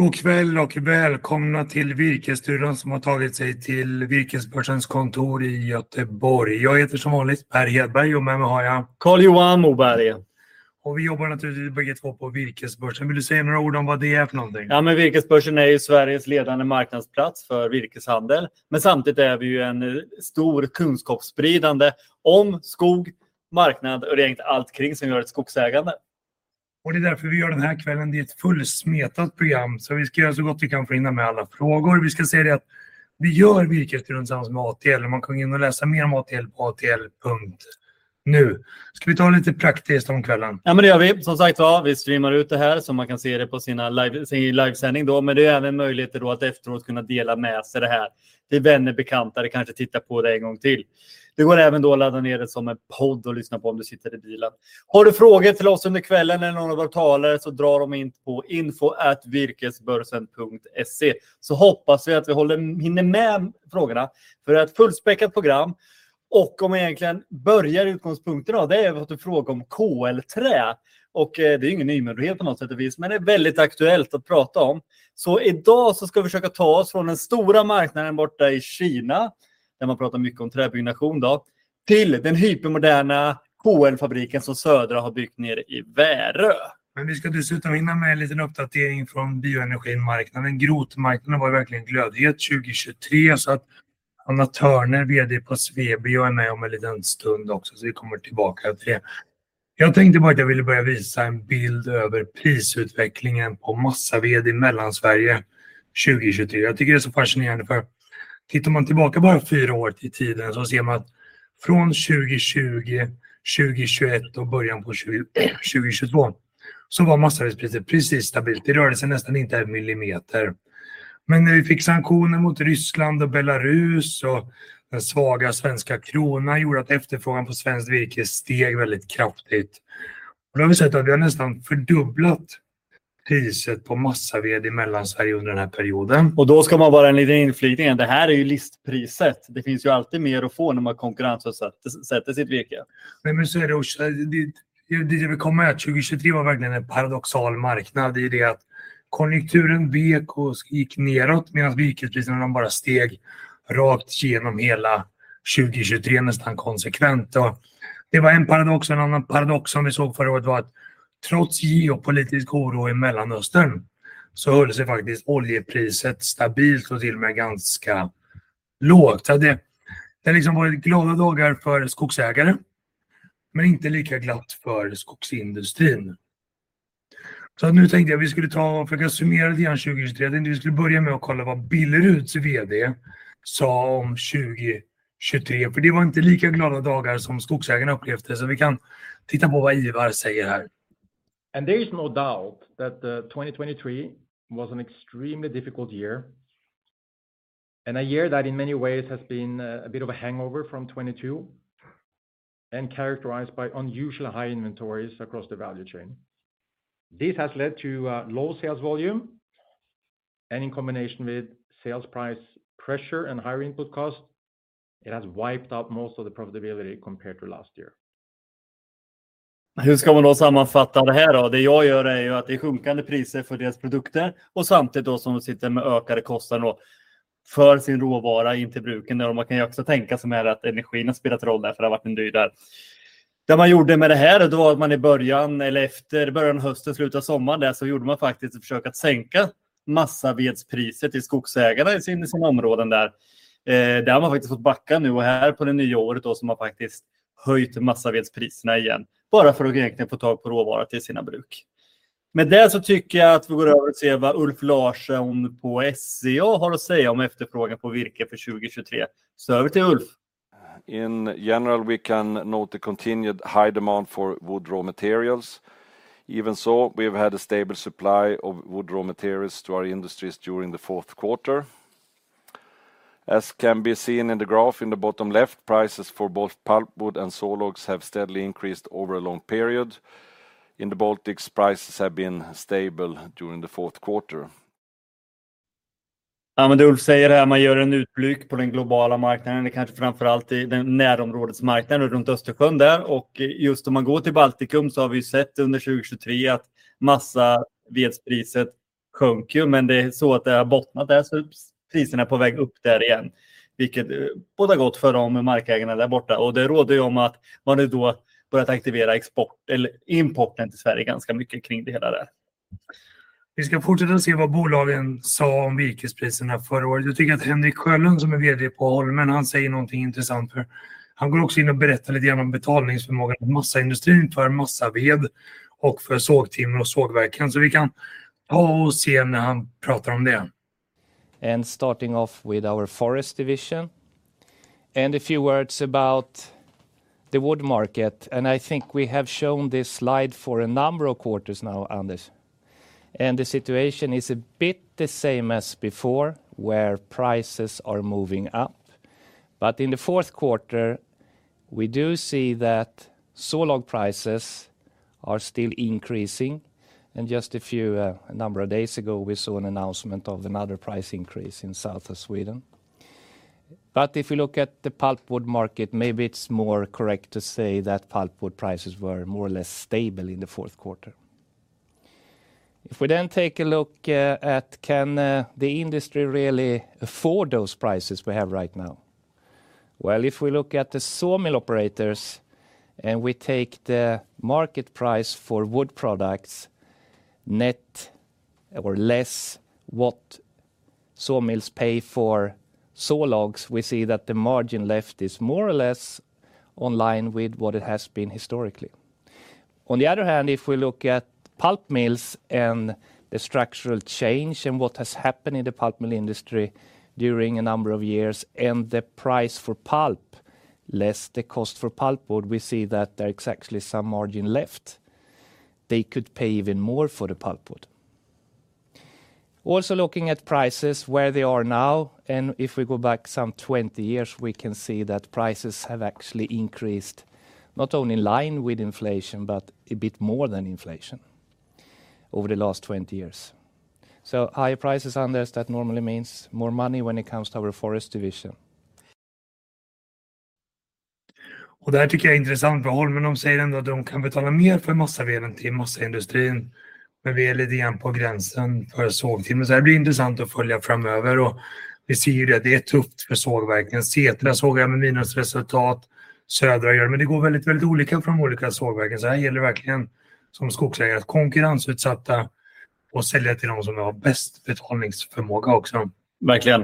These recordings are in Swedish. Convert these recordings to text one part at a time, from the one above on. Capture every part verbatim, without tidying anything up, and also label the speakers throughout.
Speaker 1: God kväll och välkomna till Virkesstudion som har tagit sig till Virkesbörsens kontor i Göteborg. Jag heter som vanligt Per Hedberg och med mig har jag
Speaker 2: Carl-Johan Moberg.
Speaker 1: Och vi jobbar naturligtvis bägge två på Virkesbörsen. Vill du säga några ord om vad det är för någonting?
Speaker 2: Ja, men Virkesbörsen är ju Sveriges ledande marknadsplats för virkeshandel. Men samtidigt är vi ju en stor kunskapsspridande om skog, marknad och egentligen allt kring som gör ett skogsägande.
Speaker 1: Och det är därför vi gör den här kvällen. Det är ett fullsmetat program. Så vi ska göra så gott vi kan för att hinna med alla frågor. Vi ska säga det att vi gör Virkesstudion tillsammans med A T L. Man kan gå in och läsa mer om A T L på A T L punkt nu. Ska vi ta lite praktiskt om kvällen?
Speaker 2: Ja, men det gör vi. Som sagt var, vi streamar ut det här så man kan se det på sina live, sin livesändning då. Men det är även möjligheter då att efteråt kunna dela med sig det här till vänner, bekanta, kanske titta på det en gång till. Det går även då att ladda ner det som en podd och lyssna på om du sitter i bilen. Har du frågor till oss under kvällen eller någon av våra talare så drar de in på info at virkesbörsen punkt se. Så hoppas vi att vi håller, hinner med frågorna för ett fullspäckat program. Och om jag egentligen börjar utgångspunkten då, det är att du frågar om K L-trä. Och eh, det är ingen nymördhet på något sätt och vis, men det är väldigt aktuellt att prata om. Så idag så ska vi försöka ta oss från den stora marknaden borta i Kina, där man pratar mycket om träbyggnation då, till den hypermoderna K L-fabriken som Södra har byggt nere i Värö.
Speaker 1: Men vi ska dessutom hinna med en liten uppdatering från bioenergimarknaden. Grotmarknaden var verkligen glödhet tjugo tjugotre, så att Anna Törner, vd på Svebio, är med om en liten stund också, så vi kommer tillbaka till det. Jag tänkte bara att jag ville börja visa en bild över prisutvecklingen på massaved i Mellansverige tjugo tjugotre. Jag tycker det är så fascinerande, för tittar man tillbaka bara fyra år till tiden så ser man att från tjugo tjugo, tjugo tjugoett och början på tjugo tjugotvå så var massavedspriset precis stabilt. Det rörde sig nästan inte en millimeter. Men när vi fick sanktioner mot Ryssland och Belarus och den svaga svenska kronan gjorde att efterfrågan på svenskt virke steg väldigt kraftigt. Och då har vi sett att vi har nästan fördubblat priset på massaved i Mellansverige under den här perioden.
Speaker 2: Och då ska man bara en liten inflikning. Det här är ju listpriset. Det finns ju alltid mer att få när man konkurrenssätter sitt virke.
Speaker 1: Nej, men så är det också. Det, det, det vi kommer att tjugo tjugotre var verkligen en paradoxal marknad i det att konjunkturen vek och gick neråt medan virkespriserna bara steg rakt genom hela tjugo tjugotre nästan konsekvent. Och det var en paradox. En annan paradox som vi såg förra året var att trots geopolitisk oro i Mellanöstern så höll sig faktiskt oljepriset stabilt och till och med ganska lågt. Så det har liksom varit glada dagar för skogsägare, men inte lika glatt för skogsindustrin. Så nu tänkte jag att vi skulle ta och försöka summera lite grann tjugo tjugotre. Jag tänkte vi skulle börja med att kolla vad Billeruds vd sa om tjugo tjugotre. För det var inte lika glada dagar som skogsägarna upplevde. Så vi kan titta på vad Ivar säger här.
Speaker 3: And there is no doubt that uh, twenty twenty-three was an extremely difficult year. And a year that in many ways has been uh, a bit of a hangover from twenty-two. And characterized by unusually high inventories across the value chain. This has led to uh, low sales volume, and in combination with sales price pressure and higher input cost, it has wiped out most of the profitability compared to last year.
Speaker 2: Hur ska man då sammanfatta det här då? Det jag gör är ju att det är sjunkande priser för deras produkter och samtidigt då som de sitter med ökade kostnader då för sin råvara in till bruken. Och man kan ju också tänka sig med att energin har spelat roll där, för det har varit en dyr där. Det man gjorde med det här då var att man i början eller efter början av hösten, slutet av sommaren där, så gjorde man faktiskt ett försök att sänka massavedspriset till skogsägarna i sina, sina områden där. Eh, där har man faktiskt fått backa nu, och här på det nya året då som man faktiskt höjt massavedspriserna igen. Bara för att egentligen få tag på råvara till sina bruk. Med det så tycker jag att vi går över och ser vad Ulf Larsson på S C A har att säga om efterfrågan på virke för tjugo tjugotre. Så över till Ulf.
Speaker 4: In general, we can note the continued high demand for wood raw materials. Even so, we've had a stable supply of wood raw materials to our industries during the fourth quarter. As can be seen in the graph in the bottom left, prices for both pulpwood and sawlogs have steadily increased over a long period. In the Baltics, prices have been stable during the fourth quarter.
Speaker 2: Ja, men det Ulf säger här, man gör en utblick på den globala marknaden, det kanske framförallt i den närområdesmarknaden runt Östersjön där, och just om man går till Baltikum så har vi sett under tjugo tjugotre att massavedspriset sjönk ju, men det är så att det har bottnat där, så priserna är på väg upp där igen. Vilket båda gott för de markägarna där borta. Och det råder ju om att man nu då börjat aktivera export eller importen till Sverige ganska mycket kring det hela där.
Speaker 1: Vi ska fortsätta se vad bolagen sa om virkespriserna förra året. Jag tycker att Henrik Sjölund som är vd på Holmen, han säger någonting intressant. För han går också in och berättar lite grann om betalningsförmågan av massaindustrin för massaved och för sågtimmer och sågverken. Så vi kan ta och se när han pratar om det.
Speaker 5: And starting off with our forest division, and a few words about the wood market. And I think we have shown this slide for a number of quarters now, Anders. And the situation is a bit the same as before, where prices are moving up. But in the fourth quarter, we do see that sawlog prices are still increasing. And just a few, uh, a number of days ago, we saw an announcement of another price increase in south of Sweden. But if we look at the pulpwood market, maybe it's more correct to say that pulpwood prices were more or less stable in the fourth quarter. If we then take a look uh, at can uh, the industry really afford those prices we have right now? Well, if we look at the sawmill operators and we take the market price for wood products, net or less what sawmills pay for sawlogs, we see that the margin left is more or less on line with what it has been historically. On the other hand, if we look at pulp mills and the structural change and what has happened in the pulp mill industry during a number of years and the price for pulp less the cost for pulpwood, we see that there is actually some margin left. They could pay even more for the pulpwood. Also looking at prices where they are now, and if we go back some twenty years, we can see that prices have actually increased, not only in line with inflation, but a bit more than inflation over the last twenty years. So higher prices, Anders, that normally means more money when it comes to our forest division.
Speaker 1: Och det här tycker jag är intressant för Holmen. De säger ändå att de kan betala mer för massaveden till massaindustrin. Men vi är lite grann på gränsen för sågtimmer. Så det blir intressant att följa framöver. Och vi ser ju det, det är tufft för sågverken. Setra sågar med minusresultat. Södra gör, men det går väldigt, väldigt olika från olika sågverken. Så här gäller det verkligen som skogsägare att konkurrensutsatta och sälja till de som har bäst betalningsförmåga också.
Speaker 2: Verkligen.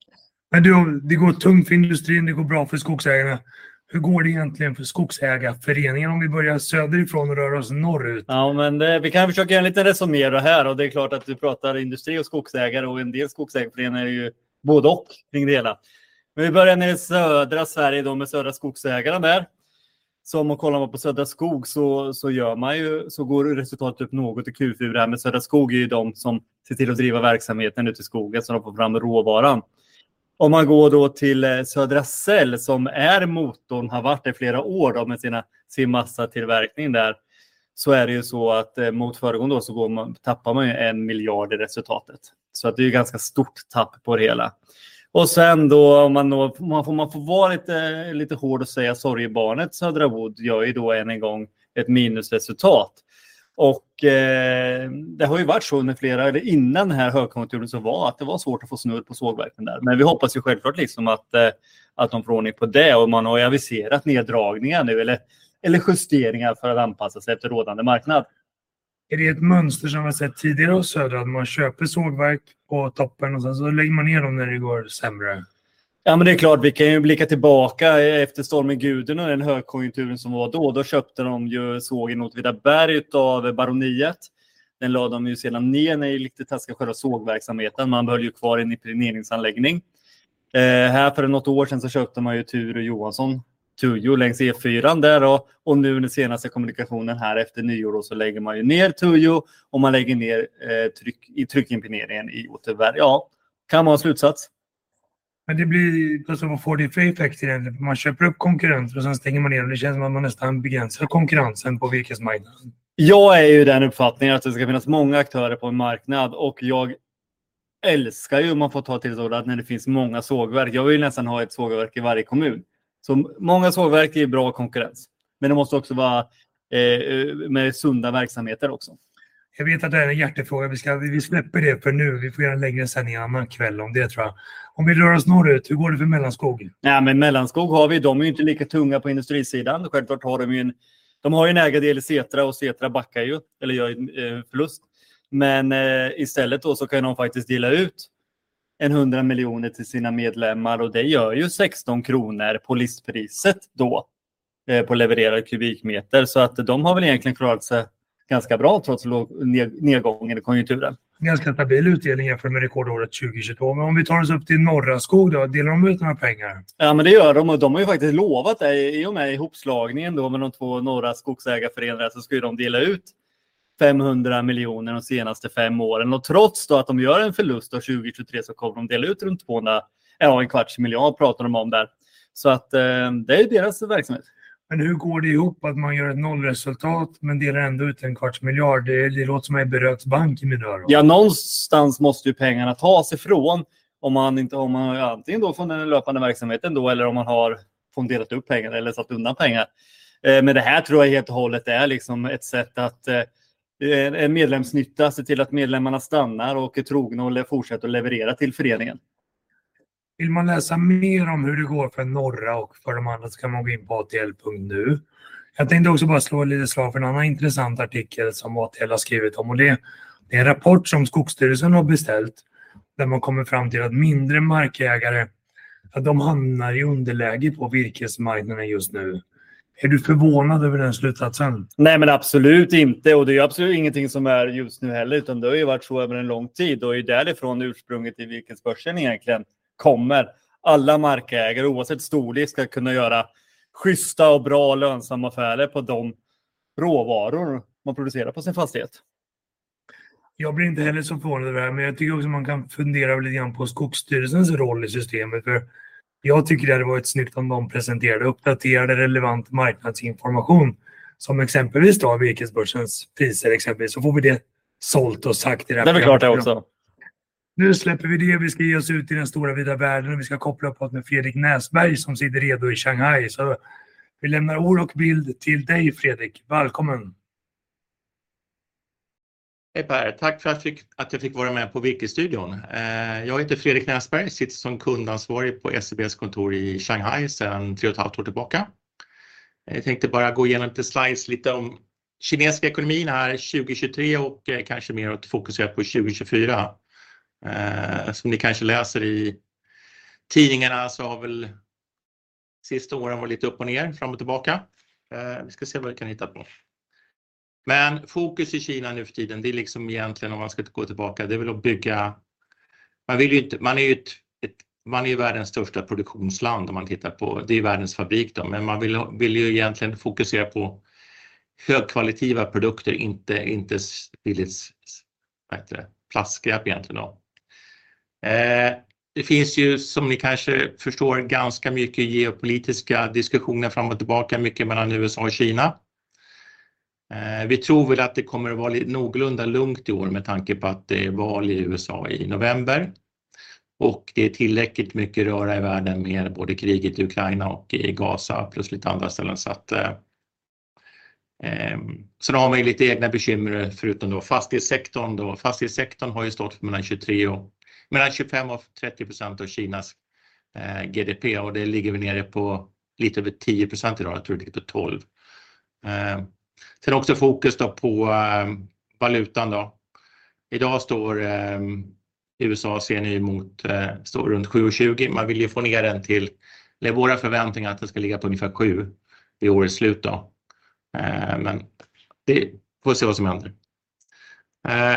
Speaker 1: Men du, det går tungt för industrin, det går bra för skogsägarna. Hur går det egentligen för skogsägarföreningen om vi börjar söderifrån och rör oss norrut?
Speaker 2: Ja, men det, vi kan försöka göra en liten resumera här, och det är klart att du pratar industri och skogsägare, och en del skogsägarföreningar är ju både och kring det hela. Men vi börjar ner i södra Sverige då med Södra Skogsägarna där. Så om man kollar på Södra Skog så, så, gör man ju, så går resultatet upp något i Q fyra. Men Södra Skog är ju de som ser till att driva verksamheten ute i skogen så de får fram råvaran. Om man går då till Södra Cell som är motorn, har varit i flera år då med sina, sin massatillverkning där, så är det ju så att eh, mot föregående år så går man, tappar man ju en miljard i resultatet. Så att det är ju ganska stort tapp på det hela. Och sen då, om man, nå, man, får, man får vara lite, lite hård och säga sorgebarnet, Södra Wood gör ju då än en gång ett minusresultat. Och eh, det har ju varit så under flera, eller innan den här högkonjunkturen så var att det var svårt att få snurr på sågverken där. Men vi hoppas ju självklart liksom att, eh, att de får ordning på det, och man har ju aviserat neddragningar nu eller, eller justeringar för att anpassa sig efter rådande marknad.
Speaker 1: Är det ett mönster som vi har sett tidigare hos Södra, att man köper sågverk på toppen och sen så lägger man ner dem när det går sämre?
Speaker 2: Ja, men det är klart, vi kan ju blicka tillbaka efter stormen Gudrun och den högkonjunkturen som var då. Då köpte de ju sågen Åtvidaberg av Baroniet. Den lade de ju sedan ner när det lite taskade själva sågverksamheten. Man höll ju kvar en impregneringsanläggning. Eh, här för något år sedan så köpte man ju Tur och Johansson Tujo längs E fyra där, och, och nu den senaste kommunikationen här efter nyår då, så lägger man ju ner Tujo och man lägger ner eh, tryck, i tryckimpregneringen i Åtvidaberg. Ja, kan man ha slutsats.
Speaker 1: Men det blir, alltså, vad får det för effekt egentligen? Man köper upp konkurrenter och sen stänger man ner, och det känns som att man nästan begränsar konkurrensen på virkesmarknaden.
Speaker 2: Jag är ju den uppfattningen att det ska finnas många aktörer på en marknad, och jag älskar ju om man får ta till så att när det finns många sågverk. Jag vill nästan ha ett sågverk i varje kommun. Så många sågverk är bra konkurrens. Men det måste också vara eh, med sunda verksamheter också.
Speaker 1: Jag vet att det är en hjärtefråga. Vi, ska, vi släpper det för nu. Vi får göra en längre sändning en annan kväll om det, tror jag. Om vi rör oss norrut, hur går det för Mellanskog?
Speaker 2: Ja, men Mellanskog har vi. De är ju inte lika tunga på industrisidan. Självklart har de ju en, de har ju en ägardel i Setra och Setra backar ju, eller gör eh, förlust. Men eh, istället då så kan de faktiskt dela ut en hundra miljoner till sina medlemmar och det gör ju sexton kronor på listpriset då eh, på levererad kubikmeter. Så att de har väl egentligen klarat sig ganska bra trots nedgången i konjunkturen.
Speaker 1: Ganska stabil utdelning jämfört med rekordåret tjugohundratjugotvå. Men om vi tar oss upp till norra skog då, delar de ut några pengar?
Speaker 2: Ja, men det gör de och de har ju faktiskt lovat det i och med ihopslagningen då med de två norra skogsägarföreningarna så ska ju de dela ut femhundra miljoner de senaste fem åren. Och trots då att de gör en förlust av tjugohundratjugotre så kommer de dela ut runt tvåhundra, ja, en kvarts miljard pratar de om där. Så att eh, det är deras verksamhet.
Speaker 1: Men hur går det ihop att man gör ett nollresultat men delar ändå ut en kvarts miljard? Det, det låter som en berökt bank i mina öron.
Speaker 2: Ja, någonstans måste ju pengarna tas ifrån om man inte om man antingen då från den löpande verksamheten då eller om man har fonderat upp pengar eller satt undan pengar. Eh, men det här tror jag helt och hållet är liksom ett sätt att eh, en medlemsnytta, se till att medlemmarna stannar och är trogna och fortsätter att leverera till föreningen.
Speaker 1: Vill man läsa mer om hur det går för norra och för de andra så kan man gå in på A T L punkt nu. Jag tänkte också bara slå lite slag för en annan intressant artikel som A T L har skrivit om och det, det är en rapport som Skogsstyrelsen har beställt där man kommer fram till att mindre markägare att de hamnar i underläge på virkesmarknaden just nu. Är du förvånad över den slutsatsen?
Speaker 2: Nej, men absolut inte. Och det är absolut ingenting som är just nu heller. Utan det har ju varit så över en lång tid. Och är därifrån ursprunget i virkesbörsen egentligen kommer. Alla markägare oavsett storlek ska kunna göra schyssta och bra lönsamma affärer på de råvaror man producerar på sin fastighet.
Speaker 1: Jag blir inte heller så förvånad över det här. Men jag tycker också man kan fundera lite grann på Skogsstyrelsens roll i systemet. För jag tycker det hade varit snyggt om de presenterade uppdaterade relevant marknadsinformation som exempelvis då virkesbörsens priser exempelvis så får vi det sålt och sagt i det här.
Speaker 2: Det är väl klart det också.
Speaker 1: Nu släpper vi det. Vi ska ge oss ut i den stora vida världen och vi ska koppla upp oss med Fredrik Näsberg som sitter redo i Shanghai. Så vi lämnar ord och bild till dig Fredrik. Välkommen.
Speaker 6: Hej Per, tack för att, fick, att jag fick vara med på Virkesstudion. Eh, jag heter Fredrik Näsberg, sitter som kundansvarig på S E B:s kontor i Shanghai sedan tre och ett halvt år tillbaka. Jag tänkte bara gå igenom lite slides lite om kinesiska ekonomin här tjugohundratjugotre och eh, kanske mer att fokusera på tjugohundratjugofyra. Eh, som ni kanske läser i tidningarna så har väl sista åren varit lite upp och ner, fram och tillbaka. Eh, vi ska se vad vi kan hitta på. Men fokus i Kina nu för tiden, det är liksom egentligen om man ska gå tillbaka, det är väl att bygga, man vill ju inte, man är ju ett, ett, man är ju världens största produktionsland om man tittar på, det är världens fabrik då, men man vill, vill ju egentligen fokusera på högkvalitativa produkter, inte, inte billigt, vad heter det, plastskräp egentligen då. Eh, det finns ju som ni kanske förstår ganska mycket geopolitiska diskussioner fram och tillbaka, mycket mellan U S A och Kina. Vi tror väl att det kommer att vara någorlunda lugnt i år med tanke på att det är val i U S A i november. Och det är tillräckligt mycket röra i världen med både kriget i Ukraina och i Gaza plus lite andra ställen. Så att, eh, så då har man ju lite egna bekymmer förutom då fastighetssektorn. Då. Fastighetssektorn har ju stått för mellan tjugotre och mellan tjugofem och trettio procent av Kinas eh, G D P och det ligger vi nere på lite över tio procent idag, jag tror det ligger på tolv. Eh, Sen också fokus då på eh, valutan då. Idag står eh, U S A C N Y mot eh, står runt sju komma tjugo. Man vill ju få ner den till, eller våra förväntningar att den ska ligga på ungefär sju i årets slut då. Eh, men det får se vad som händer. Eh,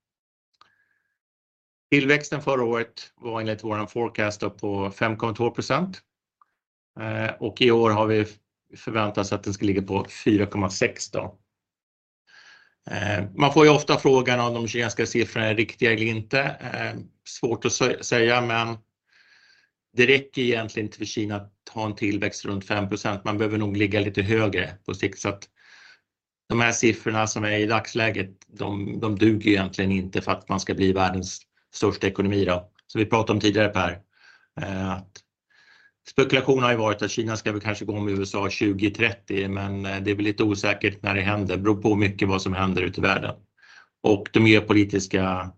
Speaker 6: tillväxten förra året var enligt våran forecast då på fem komma två procent. Eh, och i år har vi förväntas att den ska ligga på fyra komma sex då. Eh, man får ju ofta frågan om de kinesiska siffrorna är riktiga eller inte. Eh, svårt att säga, men det räcker egentligen inte för Kina att ha en tillväxt runt fem procent. Man behöver nog ligga lite högre på sikt. Så att de här siffrorna som är i dagsläget, de, de duger egentligen inte för att man ska bli världens största ekonomi då. Så vi pratade om tidigare Per, eh, att spekulationen har ju varit att Kina ska väl kanske gå om U S A tjugo trettio, men det är väl lite osäkert när det händer. Det beror på mycket vad som händer ute i världen. och de geopolitiska.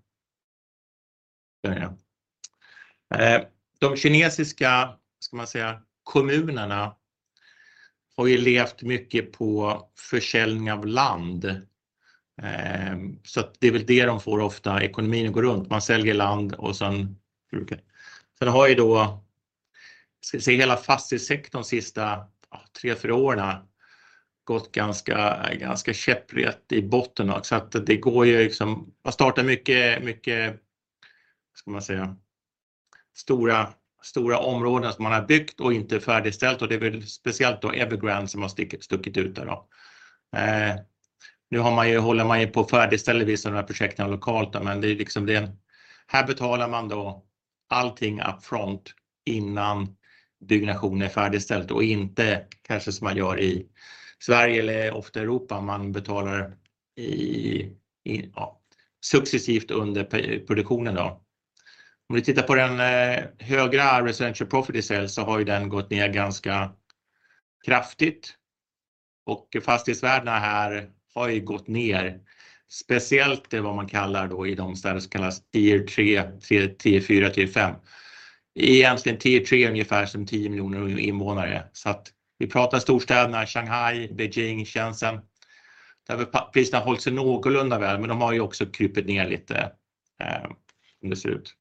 Speaker 6: De kinesiska, ska man säga, kommunerna har ju levt mycket på försäljning av land. Så att det är väl det de får ofta, ekonomin går runt. Man säljer land och sen, sen har ju då, ska se hela fastighetssektorn de sista ja, tre, fyra åren gått ganska, ganska käpprätt i botten. Så att det går ju liksom, man startar mycket, mycket, ska man säga, stora, stora områden som man har byggt och inte färdigställt. Och det är väl speciellt då Evergrande som har stick, stuckit ut där då. Eh, nu har man ju, håller man ju på att färdigställa vissa av de här projekten lokalt då, men det är liksom det, här betalar man då allting upfront innan byggnationen är färdigställt och inte kanske som man gör i Sverige eller ofta Europa, man betalar i, i ja, successivt under produktionen då. Om vi tittar på den eh, högra residential property sales så har ju den gått ner ganska kraftigt. Och fastighetsvärdena här har ju gått ner. Speciellt det vad man kallar då i de städer som kallas tier tre, tier fyra, tier fem. Egentligen tier tre är ungefär som tio miljoner invånare. Så att vi pratar storstäderna, Shanghai, Beijing, Shenzhen. Där har priserna hållit sig någorlunda väl, men de har ju också krypit ner lite eh, som det ser ut.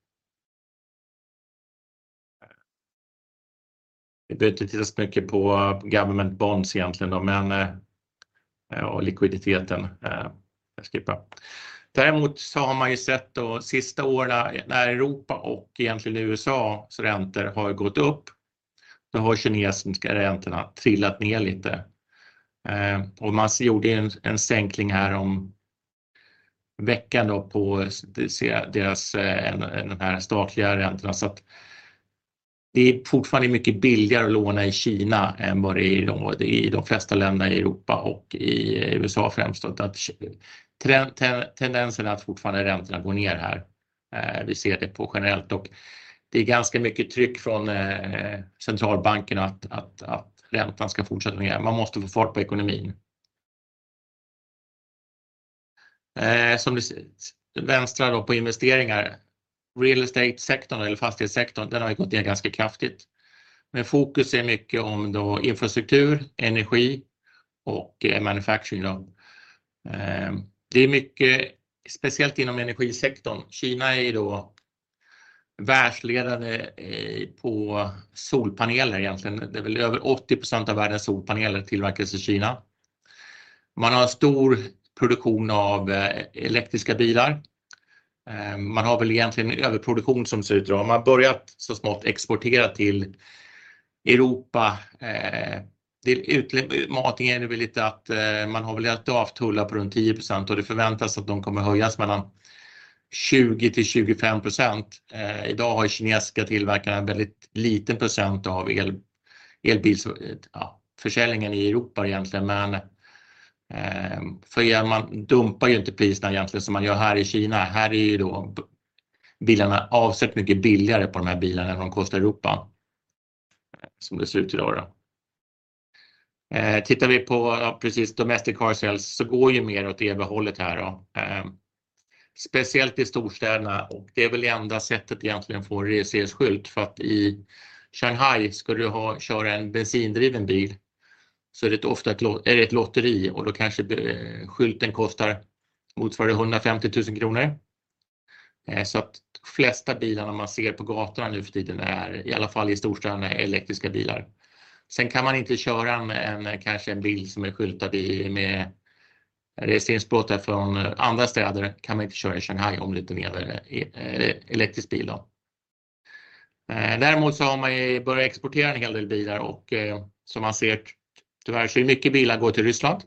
Speaker 6: Vi behöver inte titta så mycket på government bonds egentligen då, men eh, och likviditeten. Eh, jag skippar. Däremot så har man ju sett då sista åren när Europa och egentligen U S A:s räntor har gått upp. Då har kinesiska räntorna trillat ner lite. Eh, och man gjorde en, en sänkning här om veckan då på deras en, den här statliga räntorna. Så att det är fortfarande mycket billigare att låna i Kina än vad det är i de, i de flesta länder i Europa och i U S A främst. Att ten, ten, tendensen är att fortfarande räntorna går ner här. Eh, vi ser det på generellt och det är ganska mycket tryck från eh, centralbanken att, att, att räntan ska fortsätta ner. Man måste få fart på ekonomin. Eh, som det vänstra då på investeringar. Real estate-sektorn eller fastighetssektorn, den har gått ner ganska kraftigt. Men fokus är mycket om då infrastruktur, energi och eh, manufacturing då. Eh, det är mycket, speciellt inom energisektorn. Kina är ju då världsledande på solpaneler egentligen. Det är väl över åttio procent av världens solpaneler tillverkas i Kina. Man har stor produktion av elektriska bilar. Man har väl egentligen överproduktion som ser ut. Man har börjat så smått exportera till Europa. Utmatningen är väl lite att man har väl haft tullar på runt tio procent och det förväntas att de kommer höjas mellan tjugo till tjugofem procent. Eh, idag har kinesiska tillverkarna en väldigt liten procent av el, elbilsförsäljningen ja, i Europa egentligen. Men eh, för man dumpar ju inte priserna egentligen som man gör här i Kina. Här är ju då bilarna avsett mycket billigare på de här bilarna än de kostar i Europa. Eh, som det ser ut idag då. Eh, tittar vi på ja, precis domestic car sales så går ju mer åt E V-hållet här då. Eh, Speciellt i storstäderna och det är väl det enda sättet egentligen att få en registrerings-skylt för att i Shanghai ska du ha, köra en bensindriven bil så är det ofta ett, är det ett lotteri och då kanske skylten kostar motsvarande hundrafemtio tusen kronor. Så att de flesta bilarna man ser på gatorna nu för tiden är i alla fall i storstäderna elektriska bilar. Sen kan man inte köra en, en kanske en bil som är skyltad i, med registreringsplåtar från andra städer kan man inte köra i Shanghai om lite mer elektrisk bil då. Däremot så har man ju börjat exportera en hel del bilar och som man ser tyvärr så är mycket bilar går till Ryssland.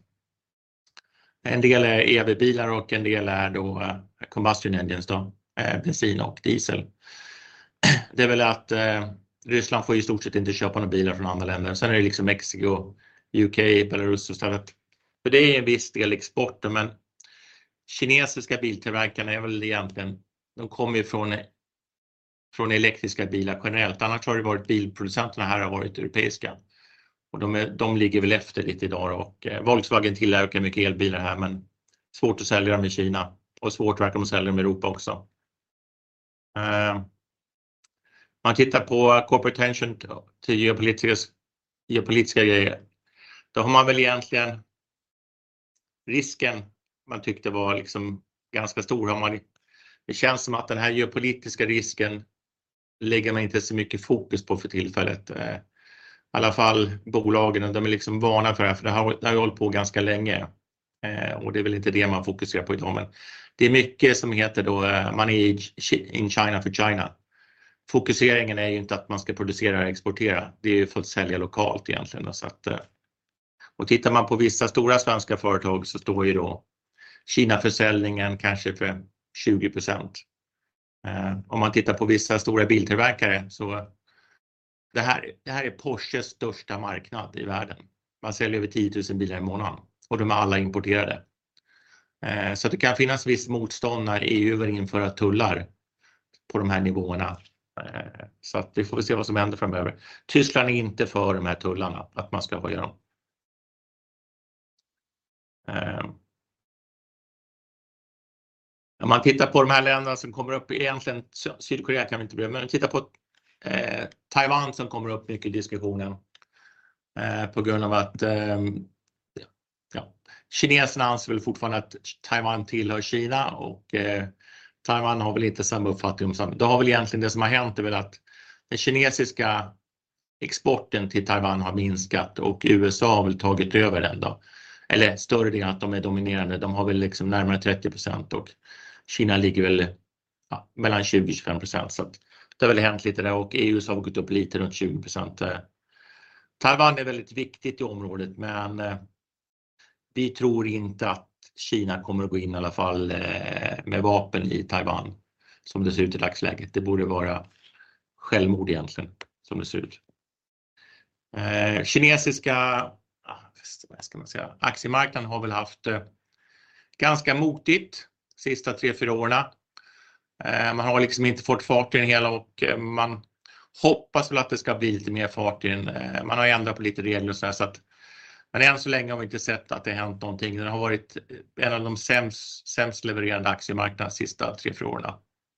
Speaker 6: En del är E V-bilar och en del är då combustion engines då, bensin och diesel. Det är väl att Ryssland får i stort sett inte köpa några bilar från andra länder. Sen är det liksom Mexiko, U K, Belarus och stället. För det är en viss del export, men kinesiska biltillverkarna är väl egentligen, de kommer ju från, från elektriska bilar generellt. Annars har det varit bilproducenterna här har varit europeiska. Och de, är, de ligger väl efter lite idag och eh, Volkswagen tillverkar mycket elbilar här men svårt att sälja dem i Kina. Och svårt verkar de sälja dem i Europa också. Uh, man tittar på corporate attention till geopolitiska, geopolitiska grejer. Då har man väl egentligen risken man tyckte var liksom ganska stor. Har man, det känns som att den här geopolitiska risken lägger man inte så mycket fokus på för tillfället. Uh, I alla fall bolagen, de är liksom vana för det här, för det har, det har hållit på ganska länge. Uh, och det är väl inte det man fokuserar på idag, men det är mycket som heter då uh, money in China for China. Fokuseringen är ju inte att man ska producera och exportera. Det är ju för att sälja lokalt egentligen. Så att, uh, och tittar man på vissa stora svenska företag så står ju då Kina-försäljningen kanske för tjugo procent. Uh, om man tittar på vissa stora biltillverkare så uh, det, här, det här är Porsches största marknad i världen. Man säljer över tio tusen bilar i månaden och de är alla importerade. Så det kan finnas viss motstånd när E U vill införa tullar på de här nivåerna. Så att vi får väl se vad som händer framöver. Tyskland är inte för de här tullarna, att man ska höja dem. Om man tittar på de här länderna som kommer upp, egentligen Sydkorea kan vi inte bli, men titta på eh, Taiwan som kommer upp mycket i diskussionen. Eh, på grund av att eh, ja, kineserna anser väl fortfarande att Taiwan tillhör Kina och eh, Taiwan har väl inte samma uppfattning om samma. Det har väl egentligen det som har hänt är väl att den kinesiska exporten till Taiwan har minskat och U S A har väl tagit över den då. Eller större del att de är dominerande. De har väl liksom närmare trettio procent och Kina ligger väl ja, mellan tjugo till tjugofem procent. Så att det har väl hänt lite där och E U har gått upp lite runt tjugo procent. Taiwan är väldigt viktigt i området, men eh, vi tror inte att Kina kommer att gå in i alla fall eh, med vapen i Taiwan som det ser ut i dagsläget. Det borde vara självmord egentligen som det ser ut. Eh, kinesiska ah, vad ska man säga, aktiemarknaden har väl haft eh, ganska motigt sista tre fyra åren. Eh, man har liksom inte fått fart i den hela och eh, man hoppas väl att det ska bli lite mer fart i den. Eh, man har ändrat på lite regler och så här, så att men än så länge har vi inte sett att det har hänt någonting. Den har varit en av de sämst, sämst levererande aktiemarknaderna de sista tre fyra åren.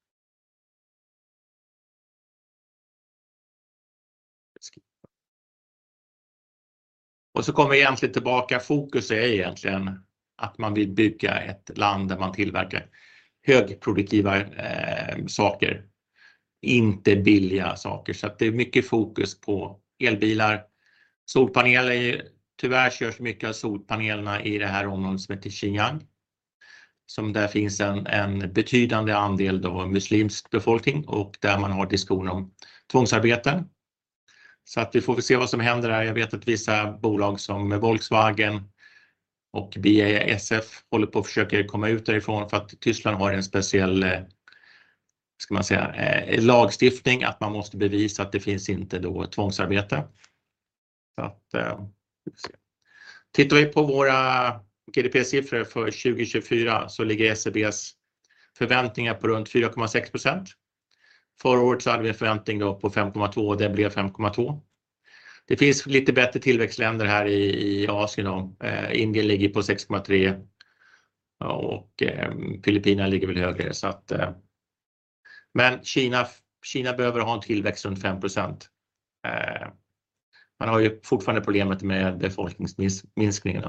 Speaker 6: Och så kommer vi egentligen tillbaka. Fokus är egentligen att man vill bygga ett land där man tillverkar högproduktiva eh, saker. Inte billiga saker. Så att det är mycket fokus på elbilar. Solpaneler, tyvärr körs mycket av solpanelerna i det här området som heter Xinjiang. Som där finns en, en betydande andel då muslimsk befolkning och där man har diskussion om tvångsarbete. Så att vi får se vad som händer där. Jag vet att vissa bolag som Volkswagen och B A S F håller på att försöka komma ut därifrån för att Tyskland har en speciell ska man säga, eh, lagstiftning att man måste bevisa att det finns inte då tvångsarbete. Så att, eh, tittar vi på våra G D P-siffror för tjugo tjugofyra så ligger S E B:s förväntningar på runt fyra komma sex procent. Förra året så hade vi en förväntning då på fem komma två och det blev fem komma två. Det finns lite bättre tillväxtländer här i, i Asien. Då. Eh, Indien ligger på sex komma tre och eh, Filippinerna ligger väl högre. Så att, eh, men Kina, Kina behöver ha en tillväxt runt fem procent. Eh, man har ju fortfarande problemet med befolkningsminskningen.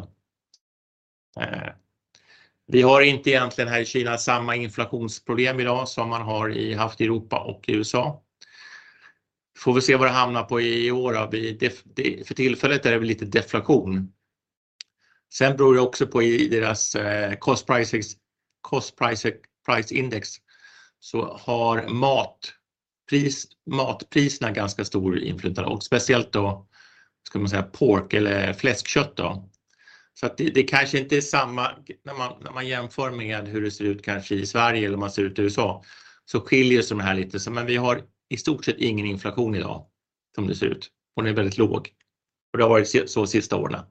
Speaker 6: Eh, vi har inte egentligen här i Kina samma inflationsproblem idag som man har i, haft i Europa och i U S A. Får vi se vad det hamnar på i år. Vi, det, det, för tillfället är det väl lite deflation. Sen beror det också på i deras eh, cost, price, cost price, price index så har matpris, matpriserna ganska stor inflytande och speciellt då ska man säga pork eller fläskkött då. Så att det, det kanske inte är samma när man, när man jämför med hur det ser ut kanske i Sverige eller man ser ut i U S A så skiljer sig de här lite. Så, men vi har i stort sett ingen inflation idag som det ser ut och den är väldigt låg. Och det har varit så sista åren.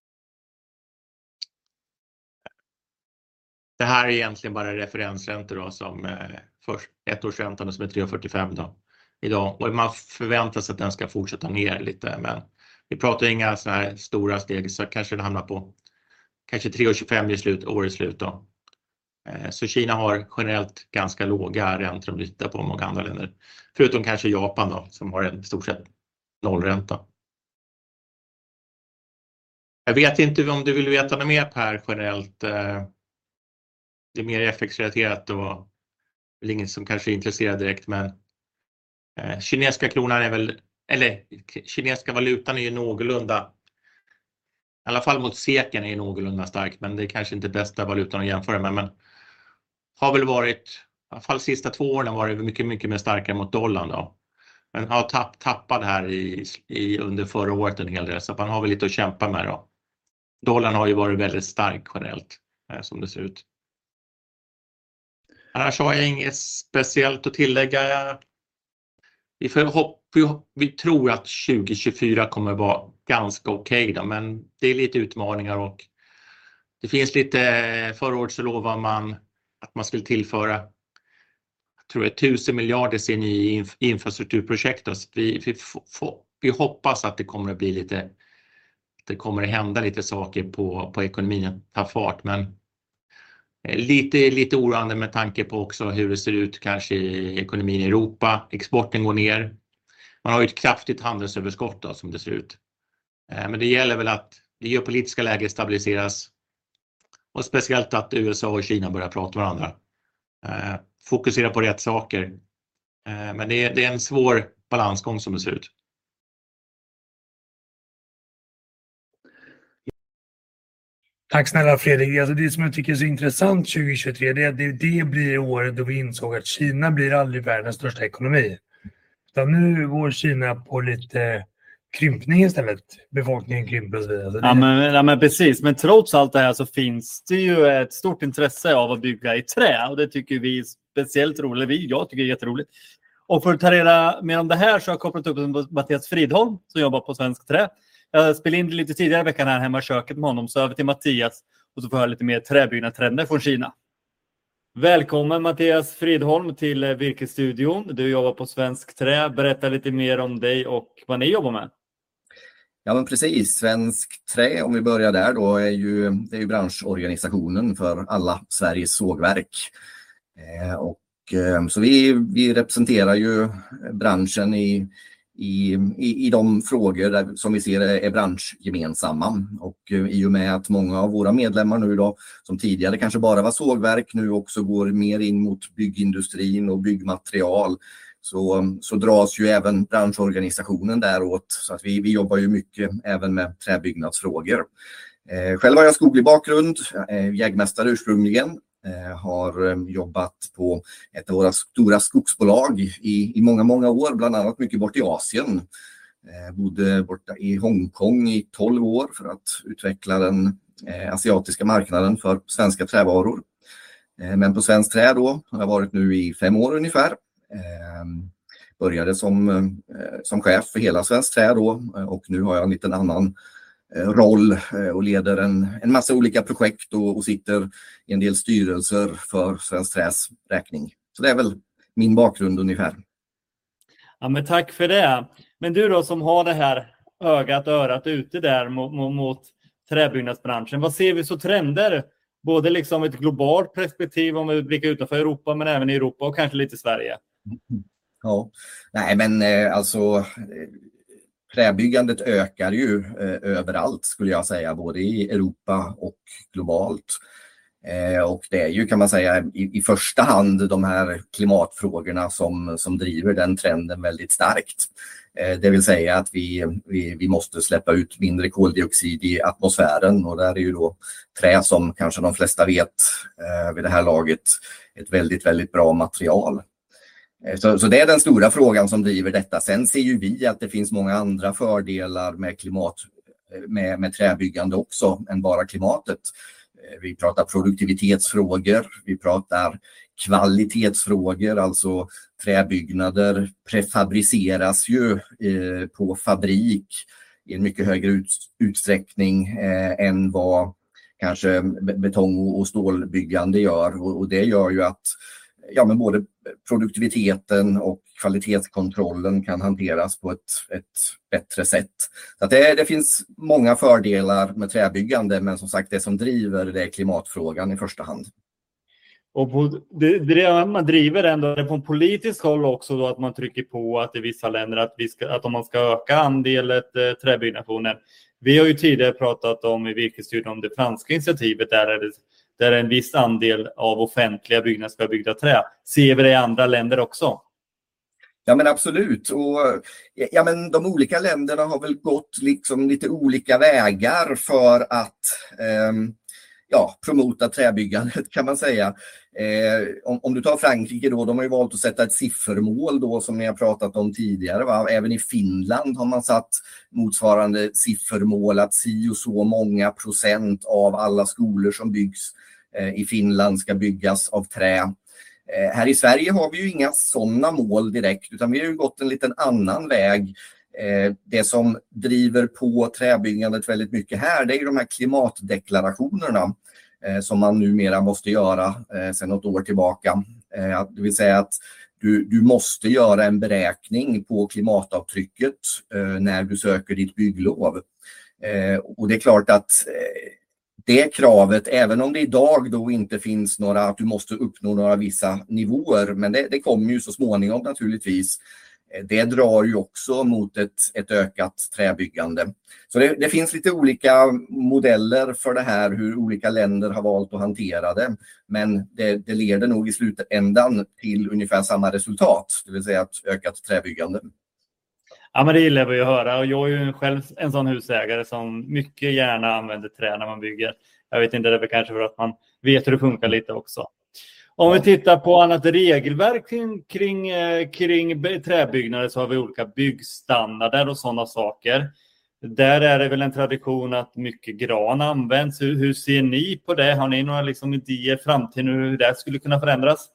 Speaker 6: Det här är egentligen bara referensräntor då som eh, först ettårsräntan som är tre komma fyrtiofem då idag och man förväntar sig att den ska fortsätta ner lite men vi pratar inga så här stora steg så kanske det hamnar på kanske tre komma tjugofem i slut, årets slut då. Så Kina har generellt ganska låga räntor om vi tittar på många andra länder. Förutom kanske Japan då, som har en stort sett nollränta. Jag vet inte om du vill veta något mer Per generellt. Det är mer F X-relaterat och det är inget som kanske är intresserad direkt, men kinesiska kronan är väl, eller kinesiska valutan är ju någorlunda, i alla fall mot seken är ju någorlunda stark, men det är kanske inte bästa valutan att jämföra med, men har väl varit, i alla fall sista två åren var det mycket, mycket mer starkare mot dollarn då. Men har tapp, tappat här i, i, under förra året en hel del, så man har väl lite att kämpa med då. Dollarn har ju varit väldigt stark generellt, eh, som det ser ut. Annars har jag inget speciellt att tillägga. Vi, får hopp, vi, vi tror att tjugo tjugofyra kommer vara ganska okej då, men det är lite utmaningar och det finns lite, förra året så lovar man att man skulle tillföra, jag tror det är tusen miljarder sin i infrastrukturprojekt då, så vi, vi, få, vi hoppas att det kommer att bli lite, det kommer att hända lite saker på, på ekonomin, ta fart, men lite, lite oroande med tanke på också hur det ser ut kanske i ekonomin i Europa. Exporten går ner. Man har ju ett kraftigt handelsöverskott då, som det ser ut. Men det gäller väl att det geopolitiska läget stabiliseras och speciellt att U S A och Kina börjar prata med varandra. Fokusera på rätt saker. Men det är, det är en svår balansgång som det ser ut.
Speaker 1: Tack snälla Fredrik. Alltså det som jag tycker är så intressant tjugo tjugotre det är att det, det blir året då vi insåg att Kina blir aldrig världens största ekonomi. Utan nu går Kina på lite krympning istället. Befolkningen krymper och så vidare. Så det...
Speaker 2: ja, men, ja men precis. Men trots allt det här så finns det ju ett stort intresse av att bygga i trä. Och det tycker vi är speciellt roligt. Vi, jag tycker det är jätteroligt. Och för att ta reda mer om det här så har jag kopplat upp med Mattias Fridholm som jobbar på Svensk Trä. Jag spelade in det lite tidigare i veckan här hemma i köket med honom, så över till Mattias och så får jag lite mer träbyggnadstrender från Kina. Välkommen Mattias Fridholm till Virkesstudion. Du jobbar på Svensk Trä. Berätta lite mer om dig och vad ni jobbar med.
Speaker 7: Ja men precis, Svensk Trä, om vi börjar där då, är ju, det är ju branschorganisationen för alla Sveriges sågverk. Eh, och, eh, så vi, vi representerar ju branschen i I, i, i de frågor där, som vi ser är, är branschgemensamma. Och i och med att många av våra medlemmar nu då, som tidigare kanske bara var sågverk, nu också går mer in mot byggindustrin och byggmaterial, så, så dras ju även branschorganisationen däråt. Så att vi, vi jobbar ju mycket även med träbyggnadsfrågor. Eh, själv har jag skoglig bakgrund, eh, jägmästare ursprungligen. Har jobbat på ett av våra stora skogsbolag i, i många, många år, bland annat mycket bort i Asien. Eh, bodde borta i Hongkong i tolv år för att utveckla den eh, asiatiska marknaden för svenska trävaror. Eh, men på Svensk Trä då har jag varit nu i fem år ungefär. Eh, började som, eh, som chef för hela Svensk Trä då, och nu har jag en liten annan roll och leder en, en massa olika projekt och, och sitter i en del styrelser för Svensk Träs räkning. Så det är väl min bakgrund ungefär.
Speaker 2: Ja, men tack för det. Men du då som har det här ögat, örat ute där mot, mot, mot träbyggnadsbranschen. Vad ser vi så trender? Både liksom ett globalt perspektiv om vi blickar utanför Europa, men även i Europa och kanske lite Sverige.
Speaker 7: Ja, nej men alltså... Träbyggandet ökar ju eh, överallt skulle jag säga, både i Europa och globalt. Eh, och det är ju kan man säga i, i första hand de här klimatfrågorna som, som driver den trenden väldigt starkt. Eh, det vill säga att vi, vi, vi måste släppa ut mindre koldioxid i atmosfären, och där är ju då trä, som kanske de flesta vet eh, vid det här laget, ett väldigt, väldigt bra material. Så, så det är den stora frågan som driver detta. Sen ser ju vi att det finns många andra fördelar med klimat, med, med träbyggande också än bara klimatet. Vi pratar produktivitetsfrågor, vi pratar kvalitetsfrågor, alltså träbyggnader prefabriceras ju eh, på fabrik i en mycket högre ut, utsträckning eh, än vad kanske betong- och stålbyggande gör, och, och det gör ju att ja, men både produktiviteten och kvalitetskontrollen kan hanteras på ett, ett bättre sätt. Så att det, det finns många fördelar med träbyggande, men som sagt det som driver det är klimatfrågan i första hand.
Speaker 2: Och på, det, det man driver ändå det på en politisk håll också då, att man trycker på att i vissa länder att, vi ska, att om man ska öka andelet eh, träbyggnationer. Vi har ju tidigare pratat om i Virkesstudion om det franska initiativet där är det, där en viss andel av offentliga byggnader ska bygga trä. Ser vi det i andra länder också?
Speaker 7: Ja men absolut, och ja, men de olika länderna har väl gått liksom lite olika vägar för att eh, ja, promota träbyggandet kan man säga. Eh, om, om du tar Frankrike då, de har ju valt att sätta ett siffermål då som ni har pratat om tidigare. Va? Även i Finland har man satt motsvarande siffermål att si och så många procent av alla skolor som byggs eh, i Finland ska byggas av trä. Eh, här i Sverige har vi ju inga sådana mål direkt utan vi har ju gått en liten annan väg. Eh, det som driver på träbyggandet väldigt mycket här det är ju de här klimatdeklarationerna eh, som man numera måste göra eh, sedan något år tillbaka. Eh, det vill säga att du, du måste göra en beräkning på klimatavtrycket eh, när du söker ditt bygglov. Eh, och det är klart att eh, det kravet, även om det idag då inte finns några, att du måste uppnå några vissa nivåer, men det, det kommer ju så småningom naturligtvis. Det drar ju också mot ett, ett ökat träbyggande. Så det, det finns lite olika modeller för det här, hur olika länder har valt att hantera det. Men det, det leder nog i slutändan till ungefär samma resultat, det vill säga ett ökat träbyggande.
Speaker 2: Ja, men det gillar vi att höra och jag är ju själv en sån husägare som mycket gärna använder trä när man bygger. Jag vet inte, det är väl kanske för att man vet hur det funkar lite också. Om vi tittar på annat regelverk kring, kring, kring träbyggnader så har vi olika byggstandarder och sådana saker. Där är det väl en tradition att mycket gran används. Hur, hur ser ni på det? Har ni några liksom idéer framtiden hur det skulle kunna förändras?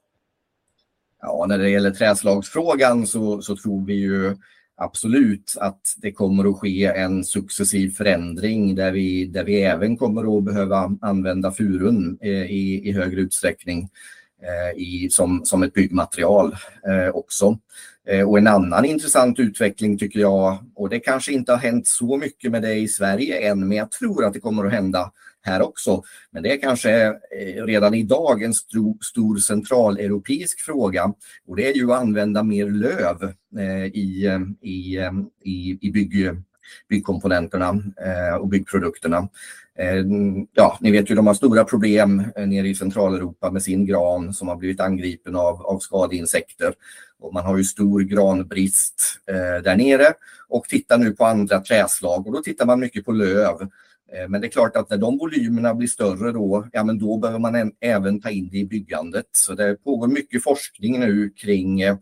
Speaker 7: Ja, när det gäller träslagsfrågan så, så tror vi ju absolut att det kommer att ske en successiv förändring där vi, där vi även kommer att behöva använda furun i, i högre utsträckning. I, som, som ett byggmaterial eh, också. Eh, och en annan intressant utveckling tycker jag, och det kanske inte har hänt så mycket med det i Sverige än, men jag tror att det kommer att hända här också. Men det är kanske eh, redan idag en stor, stor centraleuropeisk fråga och det är ju att använda mer löv eh, i, i, i, i bygg, byggkomponenterna eh, och byggprodukterna. Ja, ni vet ju de har stora problem nere i Centraleuropa med sin gran som har blivit angripen av, av skadeinsekter. Och man har ju stor granbrist eh, där nere och tittar nu på andra träslag och då tittar man mycket på löv. Eh, men det är klart att när de volymerna blir större då, ja men då behöver man en, även ta in det i byggandet. Så det pågår mycket forskning nu kring eh,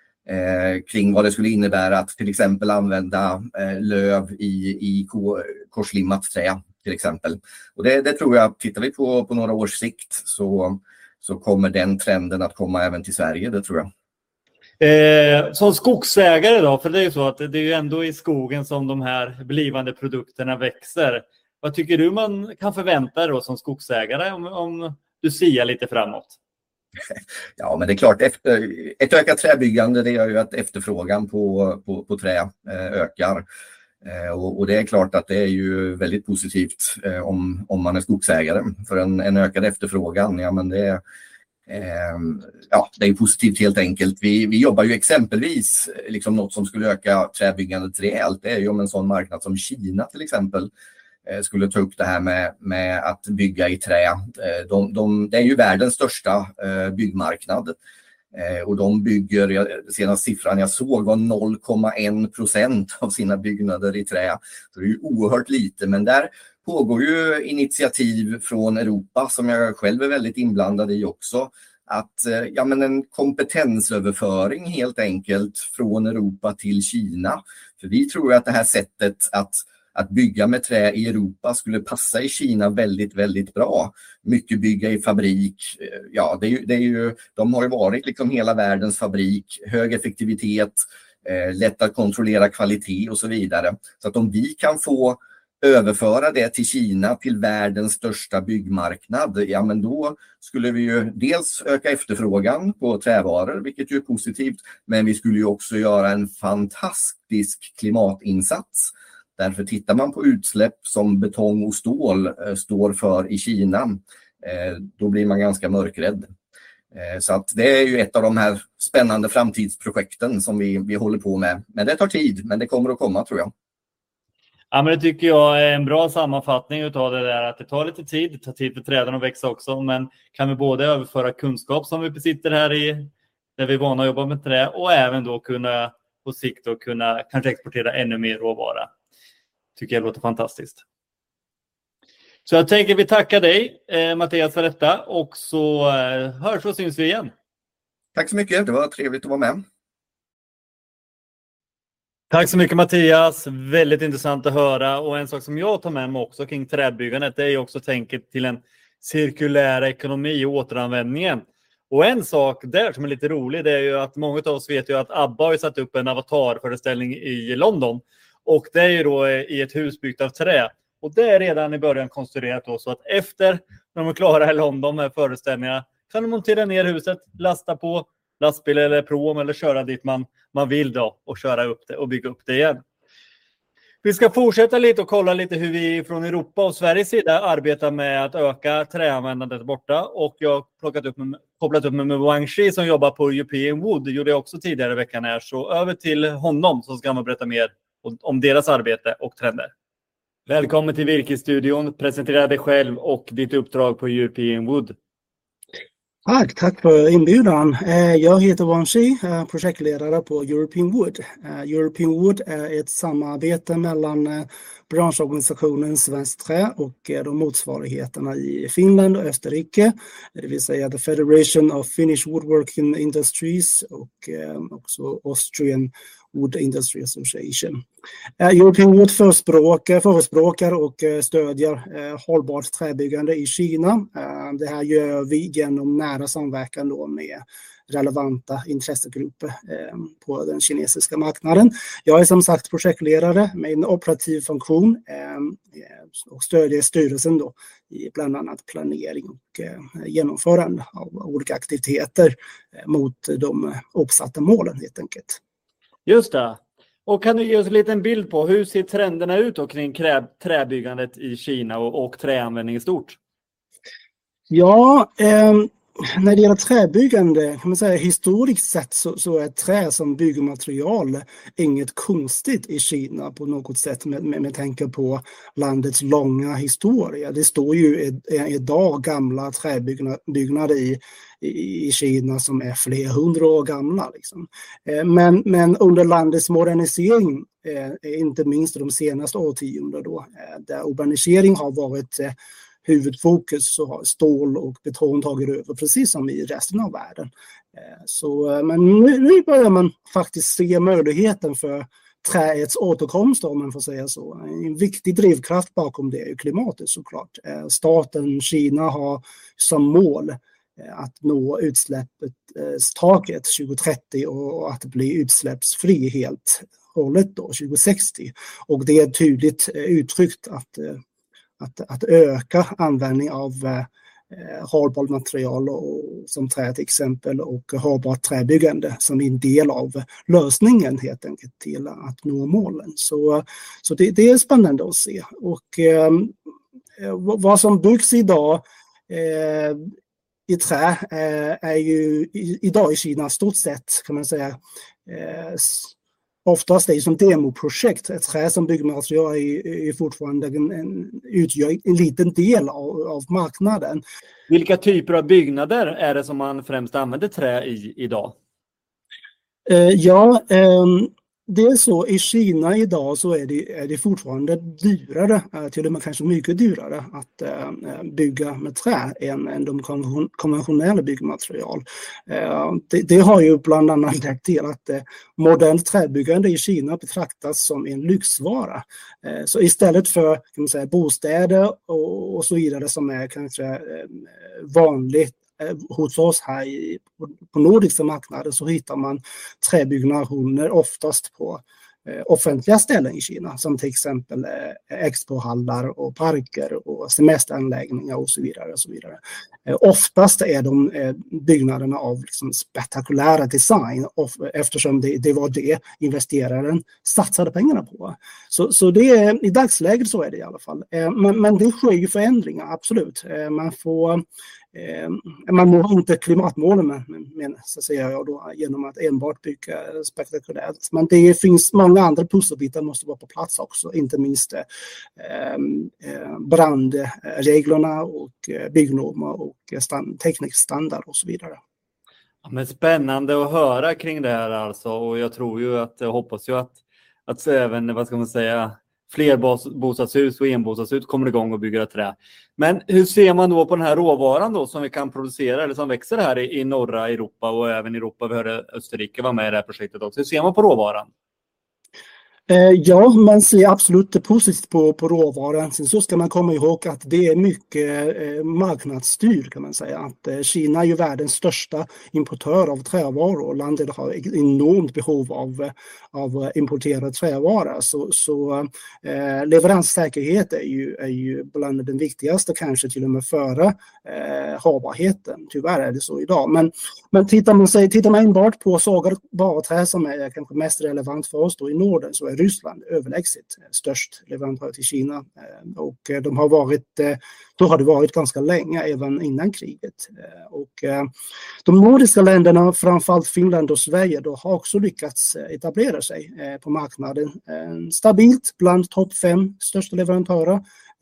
Speaker 7: kring vad det skulle innebära att till exempel använda eh, löv i, i korslimmat trä. Till exempel. Och det, det tror jag, tittar vi på, på några års sikt så, så kommer den trenden att komma även till Sverige, det tror jag.
Speaker 2: Eh, som skogsägare då, för det är ju så att det är ju ändå i skogen som de här blivande produkterna växer. Vad tycker du man kan förvänta då som skogsägare om, om du siar lite framåt?
Speaker 7: Ja, men det är klart, efter, ett ökat träbyggande det gör ju att efterfrågan på, på, på trä eh, ökar. Och, och det är klart att det är ju väldigt positivt eh, om, om man är skogsägare för en, en ökad efterfrågan. Ja, men det, eh, ja, det är positivt helt enkelt. Vi, vi jobbar ju exempelvis liksom något som skulle öka träbyggandet rejält. Det är ju om en sån marknad som Kina till exempel eh, skulle ta upp det här med, med att bygga i trä. Eh, de, de, det är ju världens största eh, byggmarknad. Och de bygger, senaste siffran jag såg var noll komma en procent av sina byggnader i trä. Så det är ju oerhört lite, men där pågår ju initiativ från Europa som jag själv är väldigt inblandad i också. Att ja, men en kompetensöverföring helt enkelt från Europa till Kina. För vi tror att det här sättet att Att bygga med trä i Europa skulle passa i Kina väldigt, väldigt bra. Mycket bygga i fabrik. Ja, det är ju, det är ju, de har ju varit liksom hela världens fabrik. Hög effektivitet, eh, lätt att kontrollera kvalitet och så vidare. Så att om vi kan få överföra det till Kina, till världens största byggmarknad, ja men då skulle vi ju dels öka efterfrågan på trävaror, vilket ju är positivt. Men vi skulle ju också göra en fantastisk klimatinsats. Därför tittar man på utsläpp som betong och stål eh, står för i Kina, eh, då blir man ganska mörkrädd. Så att det är ju ett av de här spännande framtidsprojekten som vi, vi håller på med. Men det tar tid, men det kommer att komma tror jag.
Speaker 2: Ja, men det tycker jag är en bra sammanfattning utav det där, att det tar lite tid, det tar tid för träden att växa också, men kan vi både överföra kunskap som vi besitter här i, där vi är vana att jobba med trä, och även då kunna på sikt och kunna kanske exportera ännu mer råvara. Tycker jag låter fantastiskt. Så jag tänker vi tackar dig eh, Mattias för detta, och så eh, hörs och syns vi igen.
Speaker 7: Tack så mycket, det var trevligt att vara med.
Speaker 2: Tack så mycket Mattias, väldigt intressant att höra, och en sak som jag tar med mig också kring träbyggandet, det är ju också tänket till en cirkulär ekonomi och återanvändningen. Och en sak där som är lite rolig, det är ju att många av oss vet ju att ABBA har satt upp en avatarföreställning i London, och det är ju då i ett hus byggt av trä, och det är redan i början konstruerat då, så att efter när de är klara i London med föreställningarna kan de montera ner huset, lasta på lastbil eller prom eller köra dit man, man vill då och köra upp det och bygga upp det igen. Vi ska fortsätta lite och kolla lite hur vi från Europa och Sveriges sida arbetar med att öka träanvändandet borta, och jag har plockat upp med, kopplat upp med, med Wang Shi som jobbar på European Wood, det gjorde jag också tidigare i veckan här, så över till honom så ska man berätta mer om deras arbete och trender. Välkommen till Virkesstudion, presentera dig själv och ditt uppdrag på European Wood.
Speaker 8: Tack, tack för inbjudan. Jag heter Wang Shi, projektledare på European Wood. European Wood är ett samarbete mellan branschorganisationen Svenskt Trä och de motsvarigheterna i Finland och Österrike, det vill säga The Federation of Finnish Woodworking Industries och också Austrian Wood Industry Association. European Wood förespråkar, förespråkar och stödjer eh, hållbart träbyggande i Kina. Eh, det här gör vi genom nära samverkan då med relevanta intressegrupper eh, på den kinesiska marknaden. Jag är som sagt projektledare med en operativ funktion eh, och stödjer styrelsen då i bland annat planering och eh, genomförande av olika aktiviteter eh, mot de uppsatta målen helt enkelt.
Speaker 2: Just det. Och kan du ge oss en liten bild på hur ser trenderna ut då kring krä, träbyggandet i Kina och, och träanvändning i stort?
Speaker 8: Ja, eh, när det gäller träbyggande kan man säga historiskt sett så, så är trä som byggmaterial inget konstigt i Kina på något sätt med, med, med tanke på landets långa historia. Det står ju idag gamla träbyggnader i i Kina som är flera hundra år gamla. Liksom. Men, men under landets modernisering, inte minst de senaste årtiondena då, där urbanisering har varit huvudfokus, så har stål och betong tagit över precis som i resten av världen. Så, men nu, nu börjar man faktiskt se möjligheten för träets återkomst, om man får säga så. En viktig drivkraft bakom det är klimatet såklart. Staten Kina har som mål att nå utsläppet taket tjugo trettio och att bli utsläppsfri helt hållet då tjugo sextio. Och det är tydligt uttryckt att, att, att öka användning av eh, hållbart material och, som trä till exempel, och hållbart träbyggande som en del av lösningen helt enkelt till att nå målen. Så, så det, det är spännande att se. Och eh, vad som byggs idag eh, i trä eh, är ju i, idag i Kina stort sett kan man säga eh, oftast är det som demoprojekt. Ett trä som byggmaterial är, är fortfarande en, en, utgör en liten del av, av marknaden.
Speaker 2: Vilka typer av byggnader är det som man främst använder trä i idag?
Speaker 8: Eh, ja, eh, det är så i Kina idag så är det, är det fortfarande dyrare, till och med kanske mycket dyrare att äh, bygga med trä än, än de konventionella byggmaterial. Äh, det, det har ju bland annat lett till att äh, modernt träbyggande i Kina betraktas som en lyxvara. Äh, så istället för kan man säga, bostäder och, och så vidare som är kanske äh, vanligt hos oss här i, på, på nordiska marknaden, så hittar man träbyggnationer oftast på eh, offentliga ställen i Kina, som till exempel eh, expohallar och parker och semesteranläggningar och så vidare. Och så vidare. Eh, oftast är de eh, byggnaderna av liksom, spektakulära design of, eftersom det, det var det investeraren satsade pengarna på. Så, så det är, i dagsläget så är det i alla fall. Eh, men, men det sker ju förändringar, absolut. Eh, man får Eh, man når inte klimatmålen med, med, så säger jag då, genom att enbart bygga spektakulärt. Men det finns många andra pusselbitar som måste vara på plats också. Inte minst eh, brandreglerna och byggnormer och stand, teknisk standard och så vidare.
Speaker 2: Ja, men spännande att höra kring det här alltså. Och jag tror ju att, jag hoppas ju att, att även, vad ska man säga, fler bostadshus och enbostadshus kommer igång och bygger trä. Men hur ser man då på den här råvaran då som vi kan producera eller som växer här i, i norra Europa och även i Europa? Vi hörde Österrike var med i det här projektet också. Hur ser man på råvaran?
Speaker 8: Ja, man ser absolut positivt på, på råvaran. Sen så ska man komma ihåg att det är mycket eh, marknadsstyrt kan man säga. Att eh, Kina är ju världens största importör av trävaror. Landet har ett enormt behov av, av importerad trävara. Så, så eh, leveranssäkerhet är ju, är ju bland den viktigaste, kanske till och med före eh, hållbarheten. Tyvärr är det så idag. Men, men tittar man sig, tittar man enbart på sågade trä som är kanske mest relevant för oss då i Norden, så är Ryssland överlägset störst leverantör till Kina, och de har varit, då har det varit ganska länge även innan kriget. Och de nordiska länderna, framförallt Finland och Sverige, då har också lyckats etablera sig på marknaden stabilt bland topp fem största leverantörer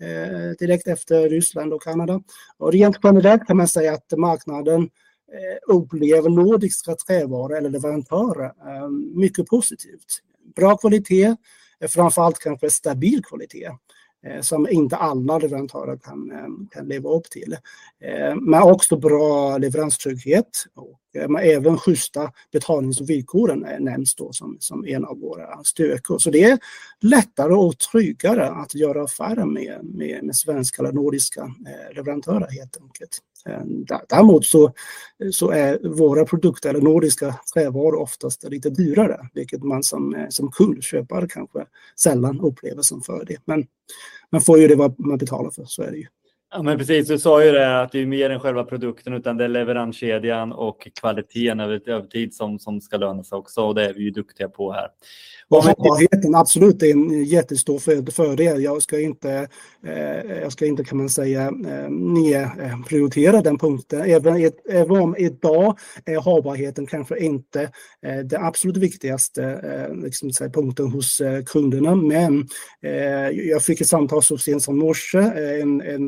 Speaker 8: direkt efter Ryssland och Kanada. Och rent generellt kan man säga att marknaden upplever nordiska trävaror eller leverantörer mycket positivt. Bra kvalitet, framförallt kanske stabil kvalitet som inte alla leverantörer kan, kan leva upp till. Men också bra leveranstrygghet och även schyssta betalningsvillkoren nämns då som, som en av våra styrkor. Så det är lättare och tryggare att göra affärer med, med, med svenska eller nordiska leverantörer helt enkelt. Däremot så, så är våra produkter eller nordiska trävaror oftast lite dyrare, vilket man som, som kund, köpare kanske sällan upplever som fördel. Men man får ju det vad man betalar för, så är det ju.
Speaker 2: Ja, men precis, du sa ju det att det är mer än själva produkten, utan det är leveranskedjan och kvaliteten över, över tid som, som ska löna sig också, och det är vi ju duktiga på här.
Speaker 8: Och hållbarheten, absolut, det är en jättestor fördel. Jag ska inte, eh, jag ska inte kan man säga, eh, nedprioritera den punkten. Även, även om idag är hållbarheten kanske inte eh, det absolut viktigaste eh, liksom, säga, punkten hos eh, kunderna. Men eh, jag fick ett samtal så sent som morse, eh, en, en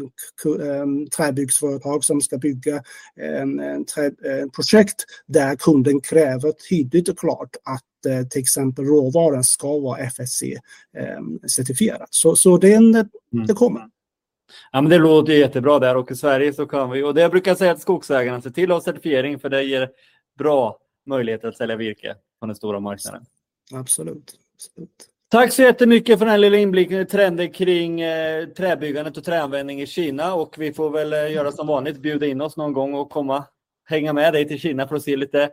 Speaker 8: eh, träbyggsföretag som ska bygga en, en, trä, en projekt där kunden kräver tydligt och klart att till exempel råvaran ska vara F S C-certifierad. Så, så det, en, det kommer.
Speaker 2: Ja, men det låter jättebra där, och i Sverige så kan vi, och det jag brukar säga att skogsägarna ser till att ha certifiering, för det ger bra möjligheter att sälja virke på den stora marknaden.
Speaker 8: Absolut. Absolut.
Speaker 2: Tack så jättemycket för den här lilla inblicken i trender kring eh, träbyggandet och träanvändning i Kina, och vi får väl eh, göra som vanligt, bjuda in oss någon gång och komma hänga med dig till Kina för att se lite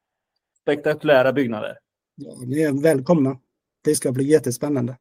Speaker 2: spektakulära byggnader.
Speaker 8: Ja, ni är välkomna. Det ska bli jättespännande.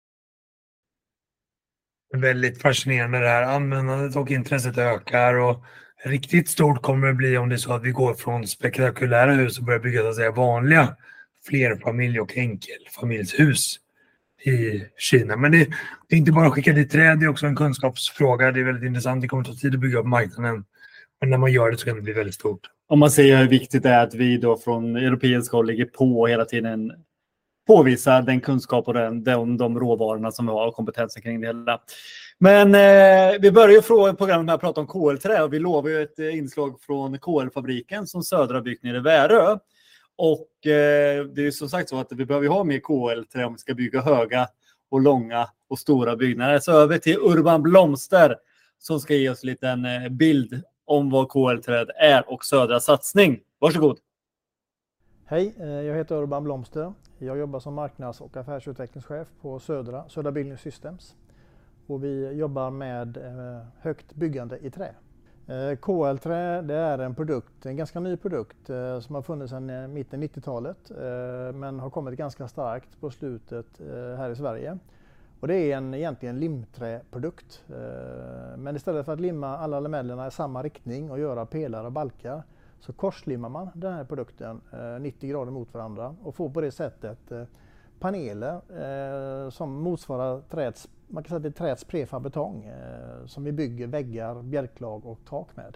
Speaker 1: Väldigt fascinerande det här. Användandet och intresset ökar, och riktigt stort kommer det bli om det är så att vi går från spektakulära hus och börjar bygga så att säga vanliga flerfamilj- och enkelfamiljshus i Kina. Men det, det är inte bara att skicka dit träd, det är också en kunskapsfråga. Det är väldigt intressant. Det kommer ta tid att bygga upp marknaden. Men när man gör det så kan det bli väldigt stort.
Speaker 2: Om man ser hur viktigt det är att vi då från europeisk håll ligger på och hela tiden påvisar den kunskap och den, de, de råvarorna som vi har och kompetensen kring det hela. Men eh, vi börjar ju fråga programmet med att prata om K L-trä, och vi lovar ju ett inslag från K L-fabriken som Södra har byggt nere i Värö. Och eh, det är ju som sagt så att vi behöver ha mer K L-trä om vi ska bygga höga och långa och stora byggnader. Så över till Urban Blomster som ska ge oss en liten eh, bild om vad K L-träd är och Södra satsning. Varsågod.
Speaker 9: Hej, jag heter Urban Blomster. Jag jobbar som marknads- och affärsutvecklingschef på Södra, Södra Building Systems. Och vi jobbar med högt byggande i trä. K L-trä, det är en produkt, en ganska ny produkt som har funnits sedan mitten nittiotalet, men har kommit ganska starkt på slutet här i Sverige. Och det är en egentligen limträprodukt. Men istället för att limma alla lamellerna i samma riktning och göra pelare och balkar så korslimmar man den här produkten nittio grader mot varandra och får på det sättet paneler som motsvarar träets, man kan säga att det är träets prefabetong som vi bygger väggar, bjälklag och tak med.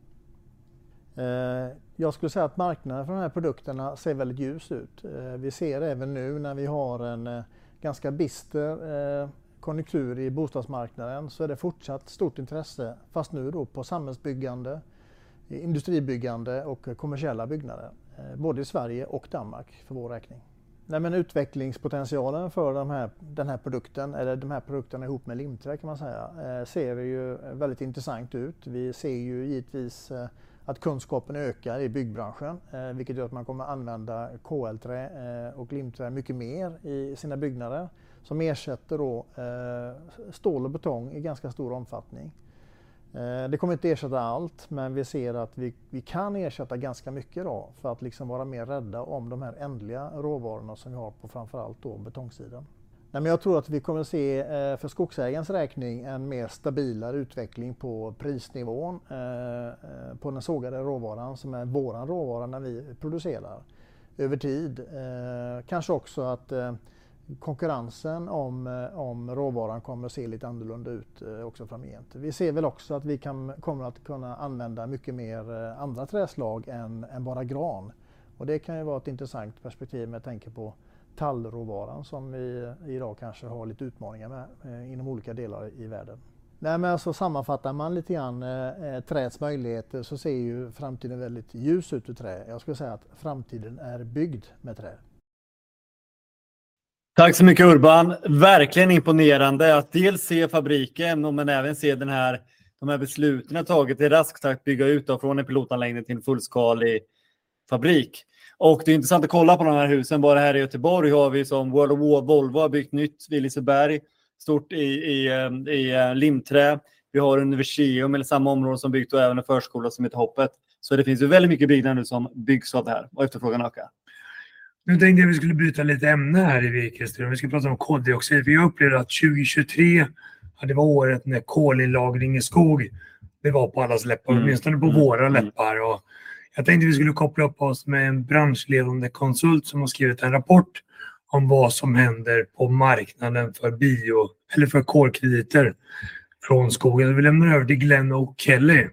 Speaker 9: Jag skulle säga att marknaden för de här produkterna ser väldigt ljus ut. Vi ser även nu när vi har en ganska bister konjunktur i bostadsmarknaden så är det fortsatt stort intresse, fast nu då på samhällsbyggande, industribyggande och kommersiella byggnader. Både i Sverige och Danmark för vår räkning. Nej, men utvecklingspotentialen för de här, den här produkten, eller de här produkterna ihop med limträ kan man säga, ser ju väldigt intressant ut. Vi ser ju givetvis att kunskapen ökar i byggbranschen, vilket gör att man kommer använda K L-trä och limträ mycket mer i sina byggnader som ersätter då stål och betong i ganska stor omfattning. Det kommer inte ersätta allt, men vi ser att vi, vi kan ersätta ganska mycket då för att liksom vara mer rädda om de här ändliga råvarorna som vi har på framförallt då betongsidan. Nej, men jag tror att vi kommer att se för skogsägarens räkning en mer stabilare utveckling på prisnivån på den sågade råvaran som är våran råvara när vi producerar över tid. Kanske också att konkurrensen om, om råvaran kommer att se lite annorlunda ut också framgent. Vi ser väl också att vi kan, kommer att kunna använda mycket mer andra träslag än, än bara gran. Och det kan ju vara ett intressant perspektiv med tanke på tallråvaran som vi idag kanske har lite utmaningar med eh, inom olika delar i världen. Nej, men alltså sammanfattar man lite grann eh, träets möjligheter så ser ju framtiden väldigt ljus ut i trä. Jag skulle säga att framtiden är byggd med trä.
Speaker 2: Tack så mycket Urban. Verkligen imponerande att dels se fabriken men även se den här, de här besluten har tagit i rask takt bygga ut då, från en pilotanläggning till en fullskalig fabrik. Och det är intressant att kolla på de här husen. Bara här i Göteborg har vi som World of War, Volvo har byggt nytt vid Liseberg. Stort i, i, i limträ. Vi har Universium eller samma område som byggt och även en förskola som heter Hoppet. Så det finns ju väldigt mycket byggnader nu som byggs av det här. Och efterfrågan ökar.
Speaker 1: Nu tänkte jag att vi skulle byta lite ämne här i Virkesstudion. Vi ska prata om koldioxid. Vi upplevde att tjugo tjugotre ja, det var året när kolinlagring i skog det var på allas läppar. Mm. Åtminstone på mm. våra läppar. Och jag tänkte att vi skulle koppla upp oss med en branschledande konsult som har skrivit en rapport om vad som händer på marknaden för bio eller för kolkrediter från skogen. Vi lämnar över till Glenn O'Kelly.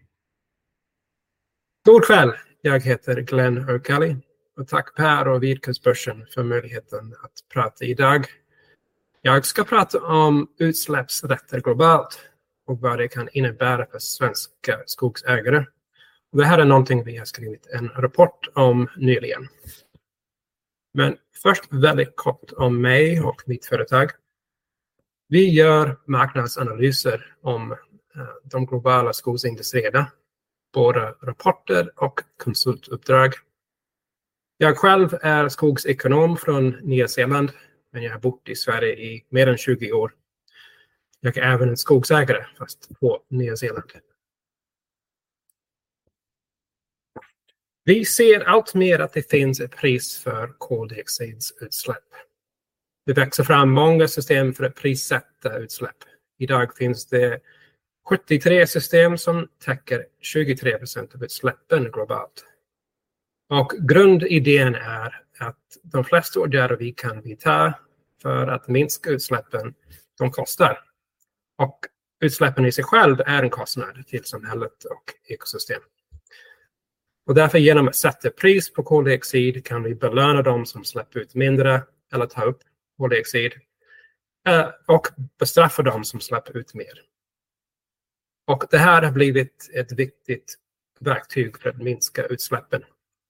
Speaker 10: God kväll, jag heter Glenn O'Kelly och tack Per och Virkesbörsen för möjligheten att prata idag. Jag ska prata om utsläppsrätter globalt och vad det kan innebära för svenska skogsägare. Det här är någonting vi har skrivit en rapport om nyligen. Men först väldigt kort om mig och mitt företag. Vi gör marknadsanalyser om de globala skogsindustrierna, både rapporter och konsultuppdrag. Jag själv är skogsekonom från Nya Zeeland, men jag har bott i Sverige i mer än tjugo år. Jag är även en skogsägare, fast på Nya Zeeland. Vi ser allt mer att det finns ett pris för koldioxidutsläpp. Det växer fram många system för att prissätta utsläpp. Idag finns det sjuttiotre system som täcker tjugotre procent av utsläppen globalt. Och grundidén är att de flesta åtgärder vi kan vidta för att minska utsläppen, de kostar. Och utsläppen i sig själv är en kostnad till samhället och ekosystem. Och därför genom att sätta pris på koldioxid kan vi belöna dem som släpper ut mindre eller tar upp koldioxid och bestraffa dem som släpper ut mer. Och det här har blivit ett viktigt verktyg för att minska utsläppen.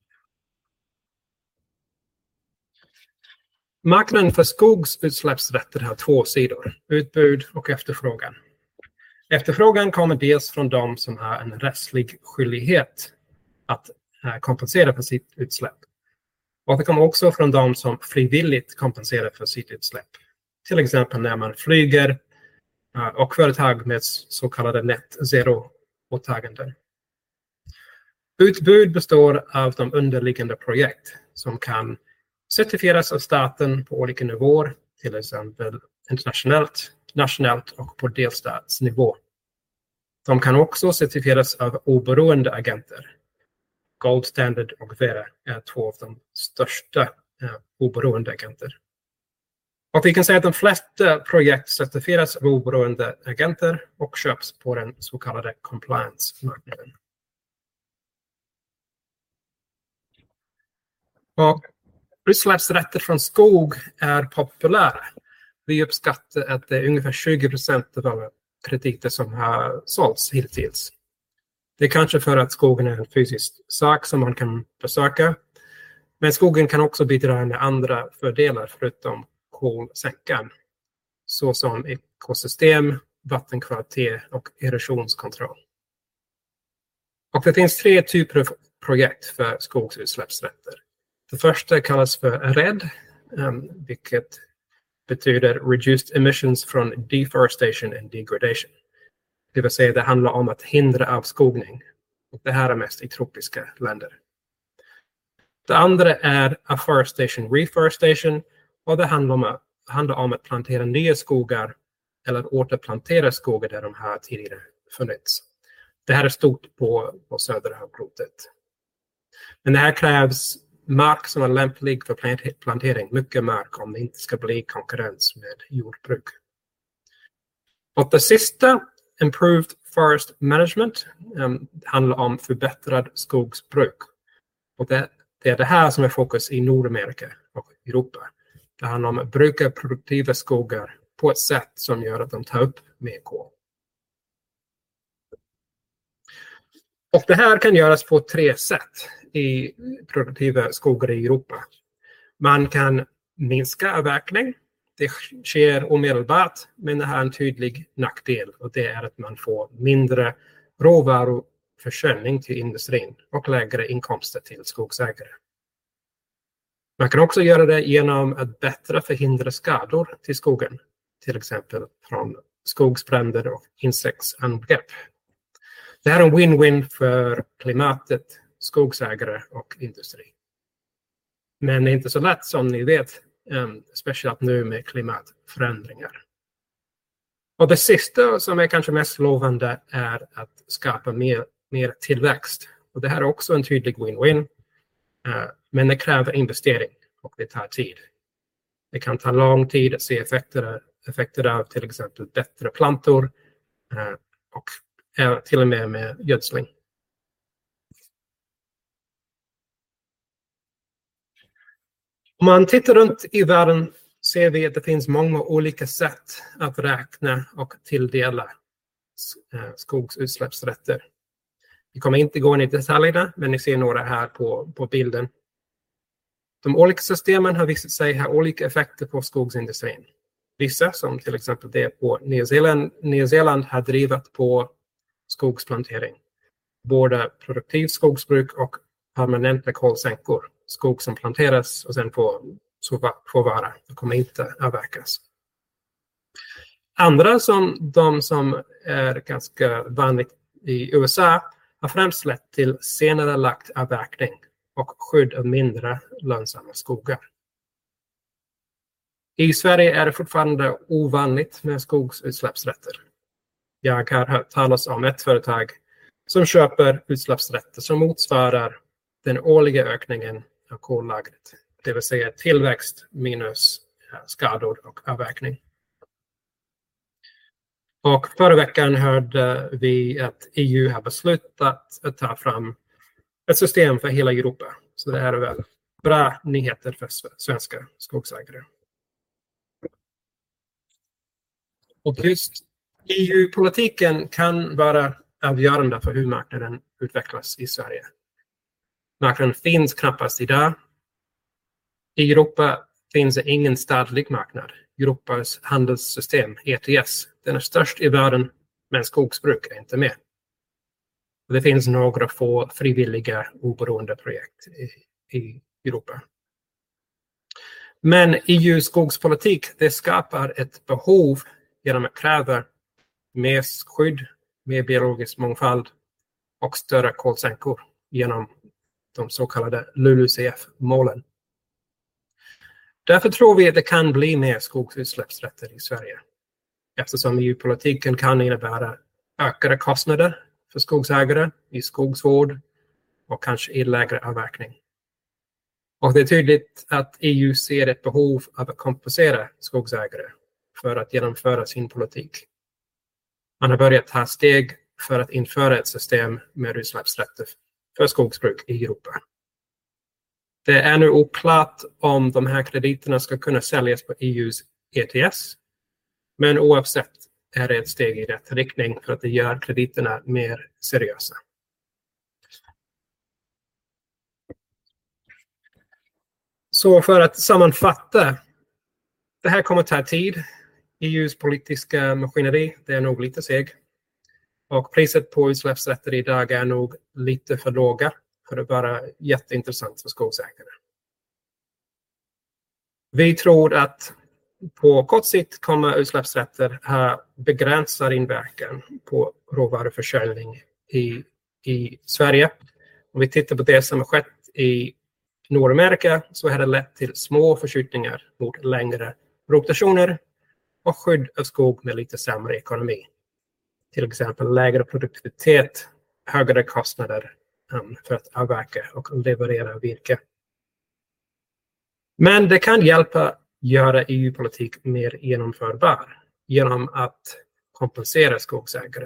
Speaker 10: Marknaden för skogsutsläppsrätter har två sidor, utbud och efterfrågan. Efterfrågan kommer dels från de som har en rättslig skyldighet att kompensera för sitt utsläpp. Och det kommer också från de som frivilligt kompenserar för sitt utsläpp. Till exempel när man flyger och företag med så kallade net zero-åtaganden. Utbud består av de underliggande projekt som kan certifieras av staten på olika nivåer, till exempel internationellt, nationellt och på delstatsnivå. De kan också certifieras av oberoende agenter. Gold Standard och Verra är två av de största eh, oberoende agenter. Och vi kan säga att de flesta projekt certifieras av oberoende agenter och köps på den så kallade compliance-marknaden. Och utsläppsrätter från skog är populära. Vi uppskattar att det är ungefär tjugo procent av alla krediter som har sålts hittills. Det är kanske för att skogen är en fysisk sak som man kan besöka. Men skogen kan också bidra med andra fördelar förutom kolsänkan. Såsom ekosystem, vattenkvalitet och erosionskontroll. Och det finns tre typer av projekt för skogsutsläppsrätter. Det första kallas för R E D, um, vilket betyder Reduced Emissions from Deforestation and Degradation. Det vill säga det handlar om att hindra avskogning. Och det här är mest i tropiska länder. Det andra är Afforestation Reforestation och det handlar om, att, handlar om att plantera nya skogar eller återplantera skogar där de har tidigare funnits. Det här är stort på, på södra halvklotet. Men det här krävs mark som är lämplig för plantering, mycket mark om det inte ska bli konkurrens med jordbruk. Och det sista, Improved Forest Management, um, handlar om förbättrad skogsbruk. Och det, det är det här som är fokus i Nordamerika och Europa. Det handlar om att bruka produktiva skogar på ett sätt som gör att de tar upp mer kol. Och det här kan göras på tre sätt i produktiva skogar i Europa. Man kan minska avverkning. Det sker omedelbart, men det har en tydlig nackdel och det är att man får mindre råvaruförsörjning till industrin och lägre inkomster till skogsägare. Man kan också göra det genom att bättre förhindra skador till skogen, till exempel från skogsbränder och insektsangrepp. Det här är en win-win för klimatet, skogsägare och industri. Men det är inte så lätt som ni vet, um, speciellt nu med klimatförändringar. Och det sista som är kanske mest lovande är att skapa mer, mer tillväxt. Och det här är också en tydlig win-win, uh, men det kräver investering och det tar tid. Det kan ta lång tid att se effekter, effekter av till exempel bättre plantor uh, och uh, till och med med gödsling. Om man tittar runt i världen ser vi att det finns många olika sätt att räkna och tilldela skogsutsläppsrätter. Vi kommer inte gå in i detaljerna, men ni ser några här på, på bilden. De olika systemen har visat sig ha olika effekter på skogsindustrin. Vissa, som till exempel det på Nya Zeeland, Nya Zeeland har drivit på skogsplantering. Både produktiv skogsbruk och permanenta kolsänkor. Skog som planteras och sen får, får vara. Det kommer inte avverkas. Andra som de som är ganska vanligt i U S A har främst lett till senare lagt avverkning och skydd av mindre lönsamma skogar. I Sverige är det fortfarande ovanligt med skogsutsläppsrätter. Jag har hört talas om ett företag som köper utsläppsrätter som motsvarar den årliga ökningen av kollagret. Det vill säga tillväxt minus skador och avverkning. Och förra veckan hörde vi att E U har beslutat att ta fram ett system för hela Europa. Så det här är väl bra nyheter för svenska skogsägare. Och just E U-politiken kan vara avgörande för hur marknaden utvecklas i Sverige. Marknaden finns knappast idag. I Europa finns det ingen statlig marknad. Europas handelssystem, E T S, den är störst i världen, men skogsbruk är inte med. Det finns några få frivilliga oberoende projekt i, i Europa. Men E U:s skogspolitik, det skapar ett behov genom att kräva mer skydd, mer biologisk mångfald och större kolsänkor genom de så kallade L U L U C F-målen. Därför tror vi att det kan bli mer skogsutsläppsrätter i Sverige. Eftersom E U-politiken kan innebära ökade kostnader för skogsägare i skogsvård och kanske i lägre avverkning. Och det är tydligt att E U ser ett behov av att kompensera skogsägare för att genomföra sin politik. Man har börjat ta steg för att införa ett system med utsläppsrätter för skogsbruk i Europa. Det är nu oklart om de här krediterna ska kunna säljas på E U:s E T S. Men oavsett är det ett steg i rätt riktning för att det gör krediterna mer seriösa. Så för att sammanfatta, det här kommer ta tid. E U:s politiska maskineri, det är nog lite seg. Och priset på utsläppsrätter idag är nog lite för låga för att vara jätteintressant för skogsägare. Vi tror att på kort sikt kommer utsläppsrätter ha begränsad inverkan på råvaruförsörjning i, i Sverige. Om vi tittar på det som har skett i Nordamerika så har det lett till små förskjutningar mot längre rotationer och skydd av skog med lite sämre ekonomi. Till exempel lägre produktivitet, högre kostnader um, för att avverka och leverera virke. Men det kan hjälpa göra E U-politik mer genomförbar genom att kompensera skogsägare.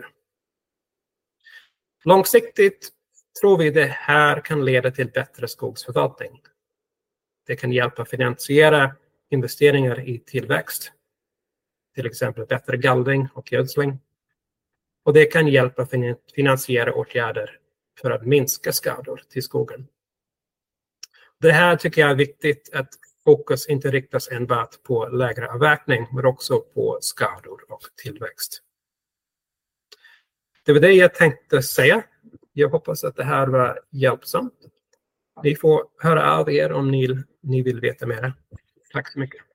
Speaker 10: Långsiktigt tror vi det här kan leda till bättre skogsförvaltning. Det kan hjälpa finansiera investeringar i tillväxt, till exempel bättre gallring och gödsling. Och det kan hjälpa finansiera åtgärder för att minska skador till skogen. Det här tycker jag är viktigt att fokus inte riktas enbart på lägre avverkning men också på skador och tillväxt. Det var det jag tänkte säga. Jag hoppas att det här var hjälpsamt. Ni får höra av er om ni, ni vill veta mer. Tack så mycket.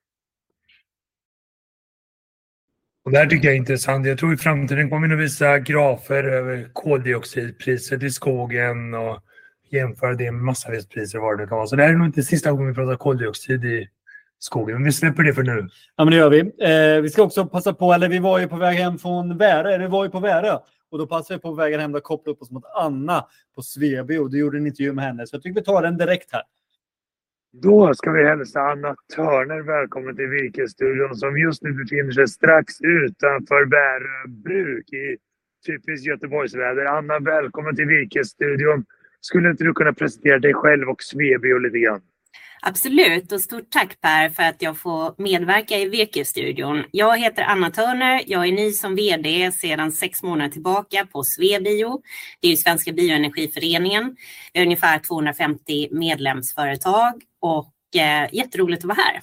Speaker 1: Och det här tycker jag är intressant. Jag tror i framtiden kommer vi att visa grafer över koldioxidpriset i skogen och jämföra det med massavedspriser och vad det kan vara. Så det här är nog inte sista gången vi pratar koldioxid i skogen. Men vi släpper det för nu.
Speaker 2: Ja, men det gör vi. Eh, vi ska också passa på, eller vi var ju på väg hem från Värö, eller vi var ju på Värö. Och då passade vi på vägen hem att koppla upp oss mot Anna på Sveby och det gjorde en intervju med henne. Så jag tycker vi tar den direkt här.
Speaker 1: Då ska vi hälsa Anna Törner välkommen till Virkesstudion som just nu befinner sig strax utanför Värö bruk i typiskt Göteborgsväder. Anna, välkommen till Virkesstudion. Skulle inte du kunna presentera dig själv och Sveby och lite grann?
Speaker 11: Absolut, och stort tack Per för att jag får medverka i Virkesstudion. Jag heter Anna Törner, jag är ny som vd sedan sex månader tillbaka på Svebio. Det är ju Svenska Bioenergiföreningen. Vi har ungefär tvåhundrafemtio medlemsföretag och eh, jätteroligt att vara här.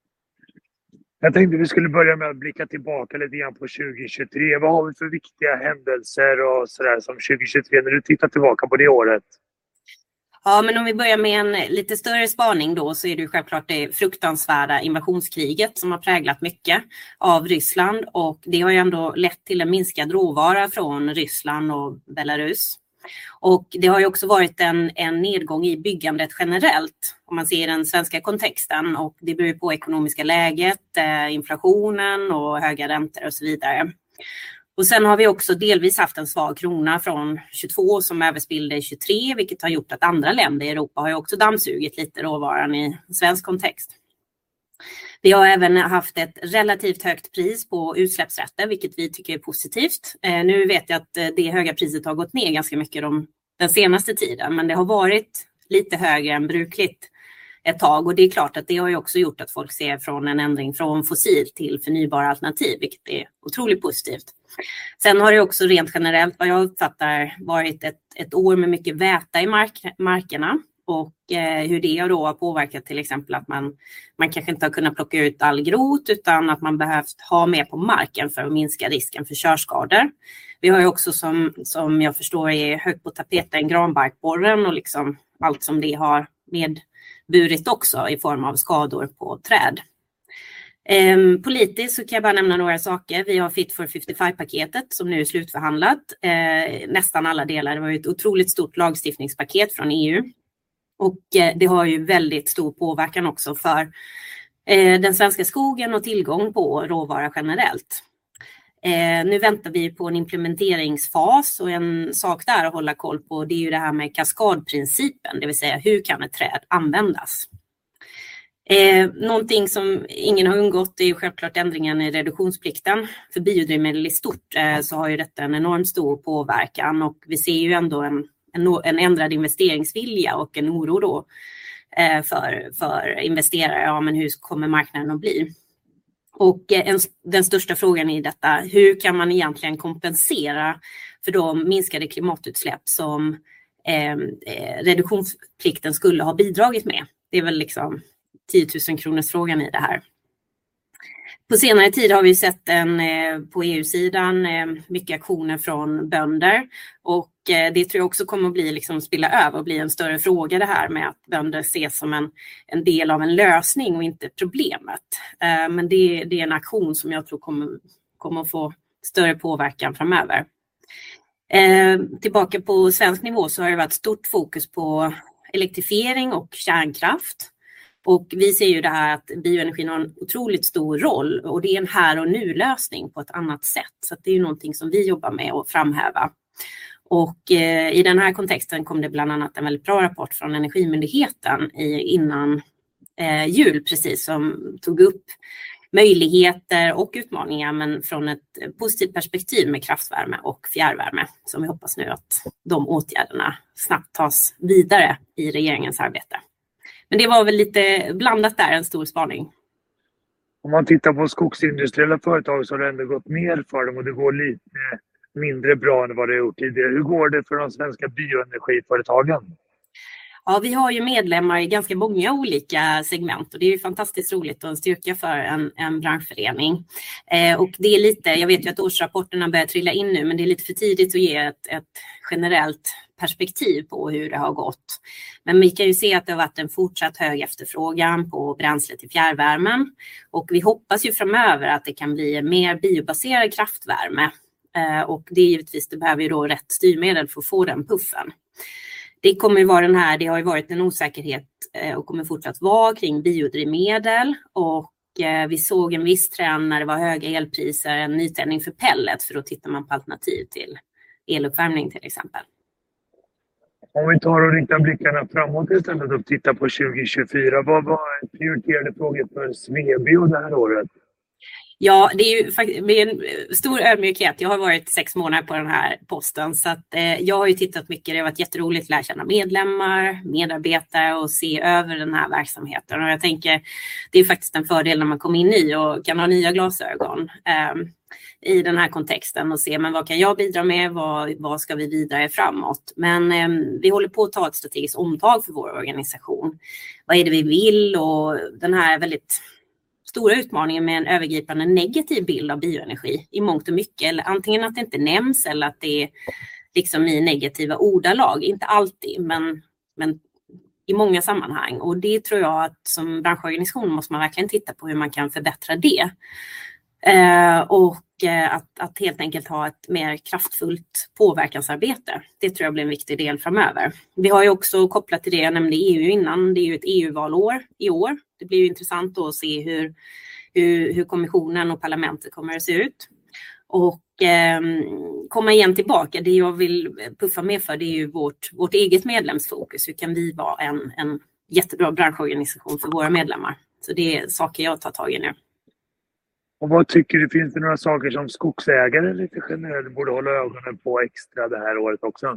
Speaker 1: Jag tänkte vi skulle börja med att blicka tillbaka lite grann på tjugo tjugotre. Vad har vi för viktiga händelser och sådär som tjugo tjugotre när du tittar tillbaka på det året?
Speaker 11: Ja, men om vi börjar med en lite större spaning då så är det ju självklart det fruktansvärda invasionskriget som har präglat mycket av Ryssland och det har ju ändå lett till en minskad råvara från Ryssland och Belarus. Och det har ju också varit en, en nedgång i byggandet generellt om man ser den svenska kontexten och det beror på ekonomiska läget, eh, inflationen och höga räntor och så vidare. Och sen har vi också delvis haft en svag krona från tjugotvå som överspillde i tjugotre vilket har gjort att andra länder i Europa har ju också dammsugit lite råvaran i svensk kontext. Vi har även haft ett relativt högt pris på utsläppsrätter vilket vi tycker är positivt. Eh, nu vet jag att det höga priset har gått ner ganska mycket de, den senaste tiden men det har varit lite högre än brukligt ett tag och det är klart att det har ju också gjort att folk ser från en ändring från fossil till förnybara alternativ vilket är otroligt positivt. Sen har det också rent generellt vad jag uppfattar varit ett, ett år med mycket väta i mark, markerna och eh, hur det då har påverkat till exempel att man, man kanske inte har kunnat plocka ut all grot utan att man behövt ha mer på marken för att minska risken för körskador. Vi har ju också som, som jag förstår är högt på tapeten granbarkborren och liksom allt som det har medburit också i form av skador på träd. Eh, politiskt så kan jag bara nämna några saker. Vi har Fit for femtiofem-paketet som nu är slutförhandlat. Eh, nästan alla delar. Det var ju ett otroligt stort lagstiftningspaket från E U. Och eh, det har ju väldigt stor påverkan också för eh, den svenska skogen och tillgång på råvara generellt. Eh, nu väntar vi på en implementeringsfas och en sak där att hålla koll på, det är ju det här med kaskadprincipen, det vill säga hur kan ett träd användas? Eh, någonting som ingen har undgått är ju självklart ändringen i reduktionsplikten. För biodrivmedel i stort eh, så har ju detta en enormt stor påverkan och vi ser ju ändå en, en, en ändrad investeringsvilja och en oro då eh, för, för investerare. Ja, men hur kommer marknaden att bli? Och eh, en, den största frågan i detta, hur kan man egentligen kompensera för de minskade klimatutsläpp som eh, eh, reduktionsplikten skulle ha bidragit med? Det är väl liksom tio tusen kronors frågan i det här. På senare tid har vi sett en, eh, på E U-sidan eh, mycket aktioner från bönder och eh, det tror jag också kommer att bli liksom spilla över och bli en större fråga det här med att bönder ses som en, en del av en lösning och inte problemet. Eh, men det, det är en aktion som jag tror kommer, kommer att få större påverkan framöver. Eh, tillbaka på svensk nivå så har det varit stort fokus på elektrifiering och kärnkraft. Och vi ser ju det här att bioenergin har en otroligt stor roll och det är en här och nu lösning på ett annat sätt. Så att det är ju någonting som vi jobbar med att framhäva. Och eh, i den här kontexten kom det bland annat en väldigt bra rapport från Energimyndigheten i, innan eh, jul precis som tog upp möjligheter och utmaningar men från ett positivt perspektiv med kraftvärme och fjärrvärme som vi hoppas nu att de åtgärderna snabbt tas vidare i regeringens arbete. Men det var väl lite blandat där, en stor spaning.
Speaker 1: Om man tittar på skogsindustriella företag så har det ändå gått mer för dem och det går lite mindre bra än vad det har gjort tidigare. Hur går det för de svenska bioenergiföretagen?
Speaker 11: Ja, vi har ju medlemmar i ganska många olika segment och det är ju fantastiskt roligt och en styrka för en, en branschförening. Eh, och det är lite, jag vet ju att årsrapporterna börjar trilla in nu men det är lite för tidigt att ge ett, ett generellt perspektiv på hur det har gått. Men vi kan ju se att det har varit en fortsatt hög efterfrågan på bränsle till fjärrvärmen och vi hoppas ju framöver att det kan bli mer biobaserad kraftvärme eh, och det är givetvis, det behöver ju då rätt styrmedel för att få den puffen. Det kommer ju vara den här, det har ju varit en osäkerhet och kommer fortsatt vara kring biodrivmedel och vi såg en viss trend när det var höga elpriser, en nytändning för pellet för då tittar man på alternativ till eluppvärmning till exempel.
Speaker 1: Om vi tar och riktar blickarna framåt istället och tittar på tjugo tjugofyra, vad var prioriterade frågor för Svebio det här året?
Speaker 11: Ja, det är ju faktiskt med en stor ödmjukhet. Jag har varit sex månader på den här posten så att eh, jag har ju tittat mycket. Det har varit jätteroligt att lära känna medlemmar, medarbetare och se över den här verksamheten. Och jag tänker det är faktiskt en fördel när man kommer in i och kan ha nya glasögon eh, i den här kontexten och se men vad kan jag bidra med, vad, vad ska vi vidare framåt. Men eh, vi håller på att ta ett strategiskt omtag för vår organisation. Vad är det vi vill och den här väldigt stora utmaningen med en övergripande negativ bild av bioenergi i mångt och mycket. Eller antingen att det inte nämns eller att det är liksom i negativa ordalag. Inte alltid, men, men i många sammanhang. Och det tror jag att som branschorganisation måste man verkligen titta på hur man kan förbättra det. Eh, och eh, att, att helt enkelt ha ett mer kraftfullt påverkansarbete. Det tror jag blir en viktig del framöver. Vi har ju också kopplat till det jag nämnde E U innan. Det är ju ett E U-valår i år. Det blir ju intressant att se hur, hur, hur kommissionen och parlamentet kommer att se ut. Och eh, komma igen tillbaka, det jag vill puffa med för det är ju vårt, vårt eget medlemsfokus. Hur kan vi vara en, en jättebra branschorganisation för våra medlemmar? Så det är saker jag tar tag i nu.
Speaker 1: Och vad tycker du, finns det några saker som skogsägare lite generellt borde hålla ögonen på extra det här året också?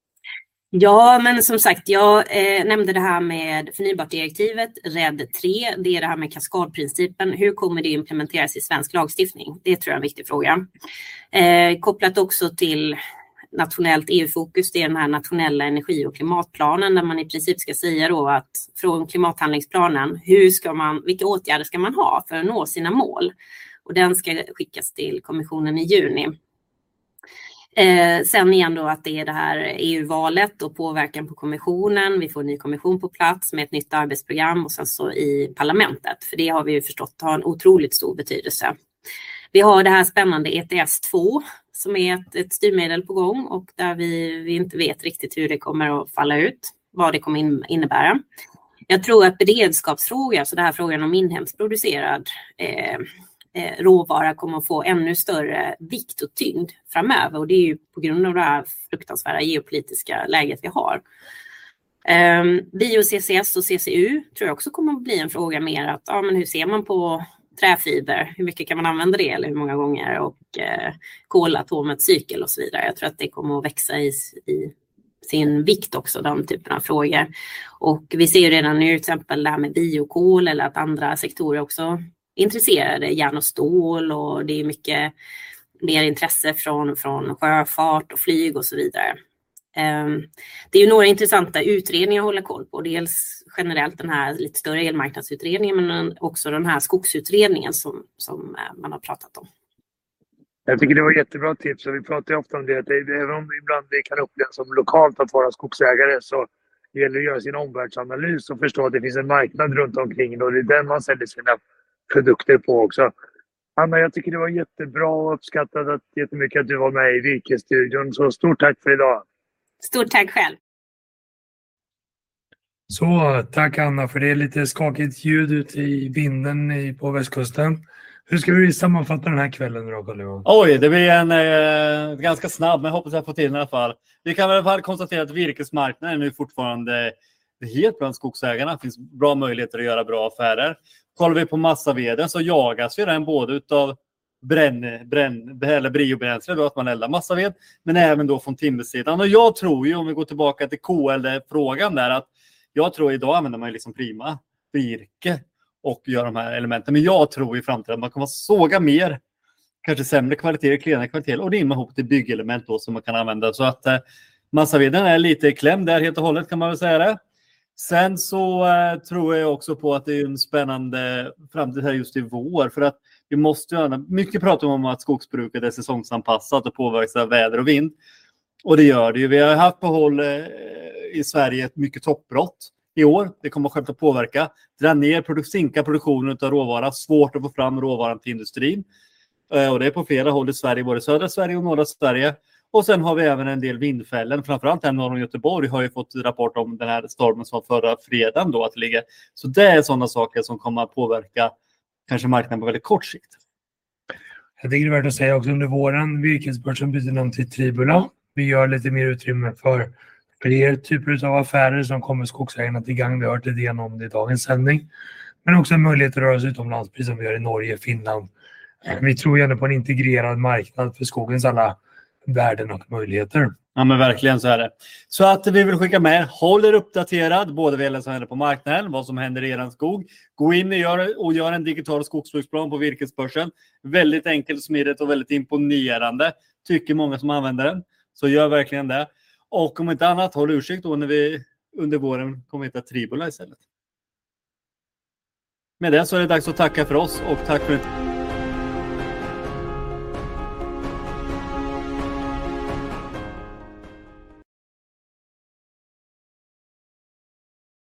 Speaker 11: Ja, men som sagt, jag eh, nämnde det här med förnybartdirektivet, R E D tre, det är det här med kaskadprincipen. Hur kommer det implementeras i svensk lagstiftning? Det tror jag är en viktig fråga. Eh, kopplat också till nationellt E U-fokus, det är den här nationella energi- och klimatplanen där man i princip ska säga då att från klimathandlingsplanen, hur ska man, vilka åtgärder ska man ha för att nå sina mål? Och den ska skickas till kommissionen i juni. Eh, sen igen då att det är det här E U-valet och påverkan på kommissionen. Vi får en ny kommission på plats med ett nytt arbetsprogram och sen så i parlamentet. För det har vi ju förstått har en otroligt stor betydelse. Vi har det här spännande E T S två som är ett, ett styrmedel på gång och där vi, vi inte vet riktigt hur det kommer att falla ut, vad det kommer in, innebära. Jag tror att beredskapsfrågan, så det här frågan om inhemskt producerad eh, eh, råvara kommer att få ännu större vikt och tyngd framöver. Och det är ju på grund av det här fruktansvärda geopolitiska läget vi har. Eh, Bio-C C S och C C U tror jag också kommer att bli en fråga mer att ja, men hur ser man på träfiber? Hur mycket kan man använda det eller hur många gånger? Och eh, kolatomets cykel och så vidare. Jag tror att det kommer att växa i, i sin vikt också, de typerna av frågor. Och vi ser ju redan nu till exempel det här med biokol eller att andra sektorer också är intresserade, järn och stål, och det är mycket mer intresse från, från sjöfart och flyg och så vidare. Um, det är ju några intressanta utredningar att hålla koll på. Dels generellt den här lite större elmarknadsutredningen, men också den här skogsutredningen som, som man har pratat om.
Speaker 1: Jag tycker det var jättebra tips, och vi pratar ju ofta om det, att det, även om det ibland det kan upplevas som lokalt att vara skogsägare, så gäller det att göra sin omvärldsanalys och förstå att det finns en marknad runt omkring, och det är den man säljer sina produkter på också. Anna, jag tycker det var jättebra och uppskattat att, jättemycket att du var med i Virkesstudion, så stort tack för idag.
Speaker 11: Stort tack själv.
Speaker 1: Så tack Anna, för det är lite skakigt ljud ute i vinden i, på västkusten. Hur ska vi sammanfatta den här kvällen då, Carl-Johan?
Speaker 2: Oj, det blir en eh, ganska snabb, men jag hoppas jag får till den i alla fall. Vi kan i alla fall konstatera att virkesmarknaden är nu fortfarande helt bland skogsägarna. Det finns bra möjligheter att göra bra affärer. Kollar vi på massaveden så jagas vi den både utav bränn, bränn, eller biobränsle, då att man eldar massaved, men även då från timmersidan. Och jag tror ju, om vi går tillbaka till K L-frågan där, att jag tror idag använder man liksom prima virke och gör de här elementen. Men jag tror i framtiden att man kommer att såga mer, kanske sämre kvalitet, klenare kvalitet, och det är ihop till byggelement då som man kan använda. Så att eh, massaveden är lite klämd där helt och hållet, kan man väl säga det. Sen så eh, tror jag också på att det är en spännande framtid här just i vår, för att vi måste göra mycket prata om att skogsbruket är säsongsanpassat och påverkas av väder och vind. Och det gör det ju. Vi har haft på håll eh, i Sverige ett mycket toppbrott i år. Det kommer att självklart påverka. Dra ner, produ- sinka produktionen av råvara. Svårt att få fram råvaran till industrin. Eh, och det är på flera håll i Sverige, både södra Sverige och norra Sverige. Och sen har vi även en del vindfällen. Framförallt här norr om Göteborg har ju fått rapport om den här stormen som var förra fredagen då att ligga. Så det är sådana saker som kommer att påverka kanske marknaden på väldigt kort sikt.
Speaker 1: Jag tycker det är värt att säga också under våren, virkesbörsen byter namn till Tribula. Vi gör lite mer utrymme för fler typer av affärer som kommer skogsägarna till gang. Vi har hört lite grann om det i dagens sändning. Men också en möjlighet att röra sig utomlands, precis som vi gör i Norge, Finland. Vi tror gärna på en integrerad marknad för skogens alla värden och möjligheter.
Speaker 2: Ja, men verkligen så är det. Så att vi vill skicka med, håll er uppdaterad både vad gäller vad som händer på marknaden, vad som händer i er skog. Gå in och gör, och gör en digital skogsbruksplan på virkesbörsen. Väldigt enkelt, smidigt och väldigt imponerande. Tycker många som använder den. Så gör verkligen det. Och om inte annat, håll ursäkt då när vi under våren kommer att hitta Tribula istället. Med det så är det dags att tacka för oss och tack för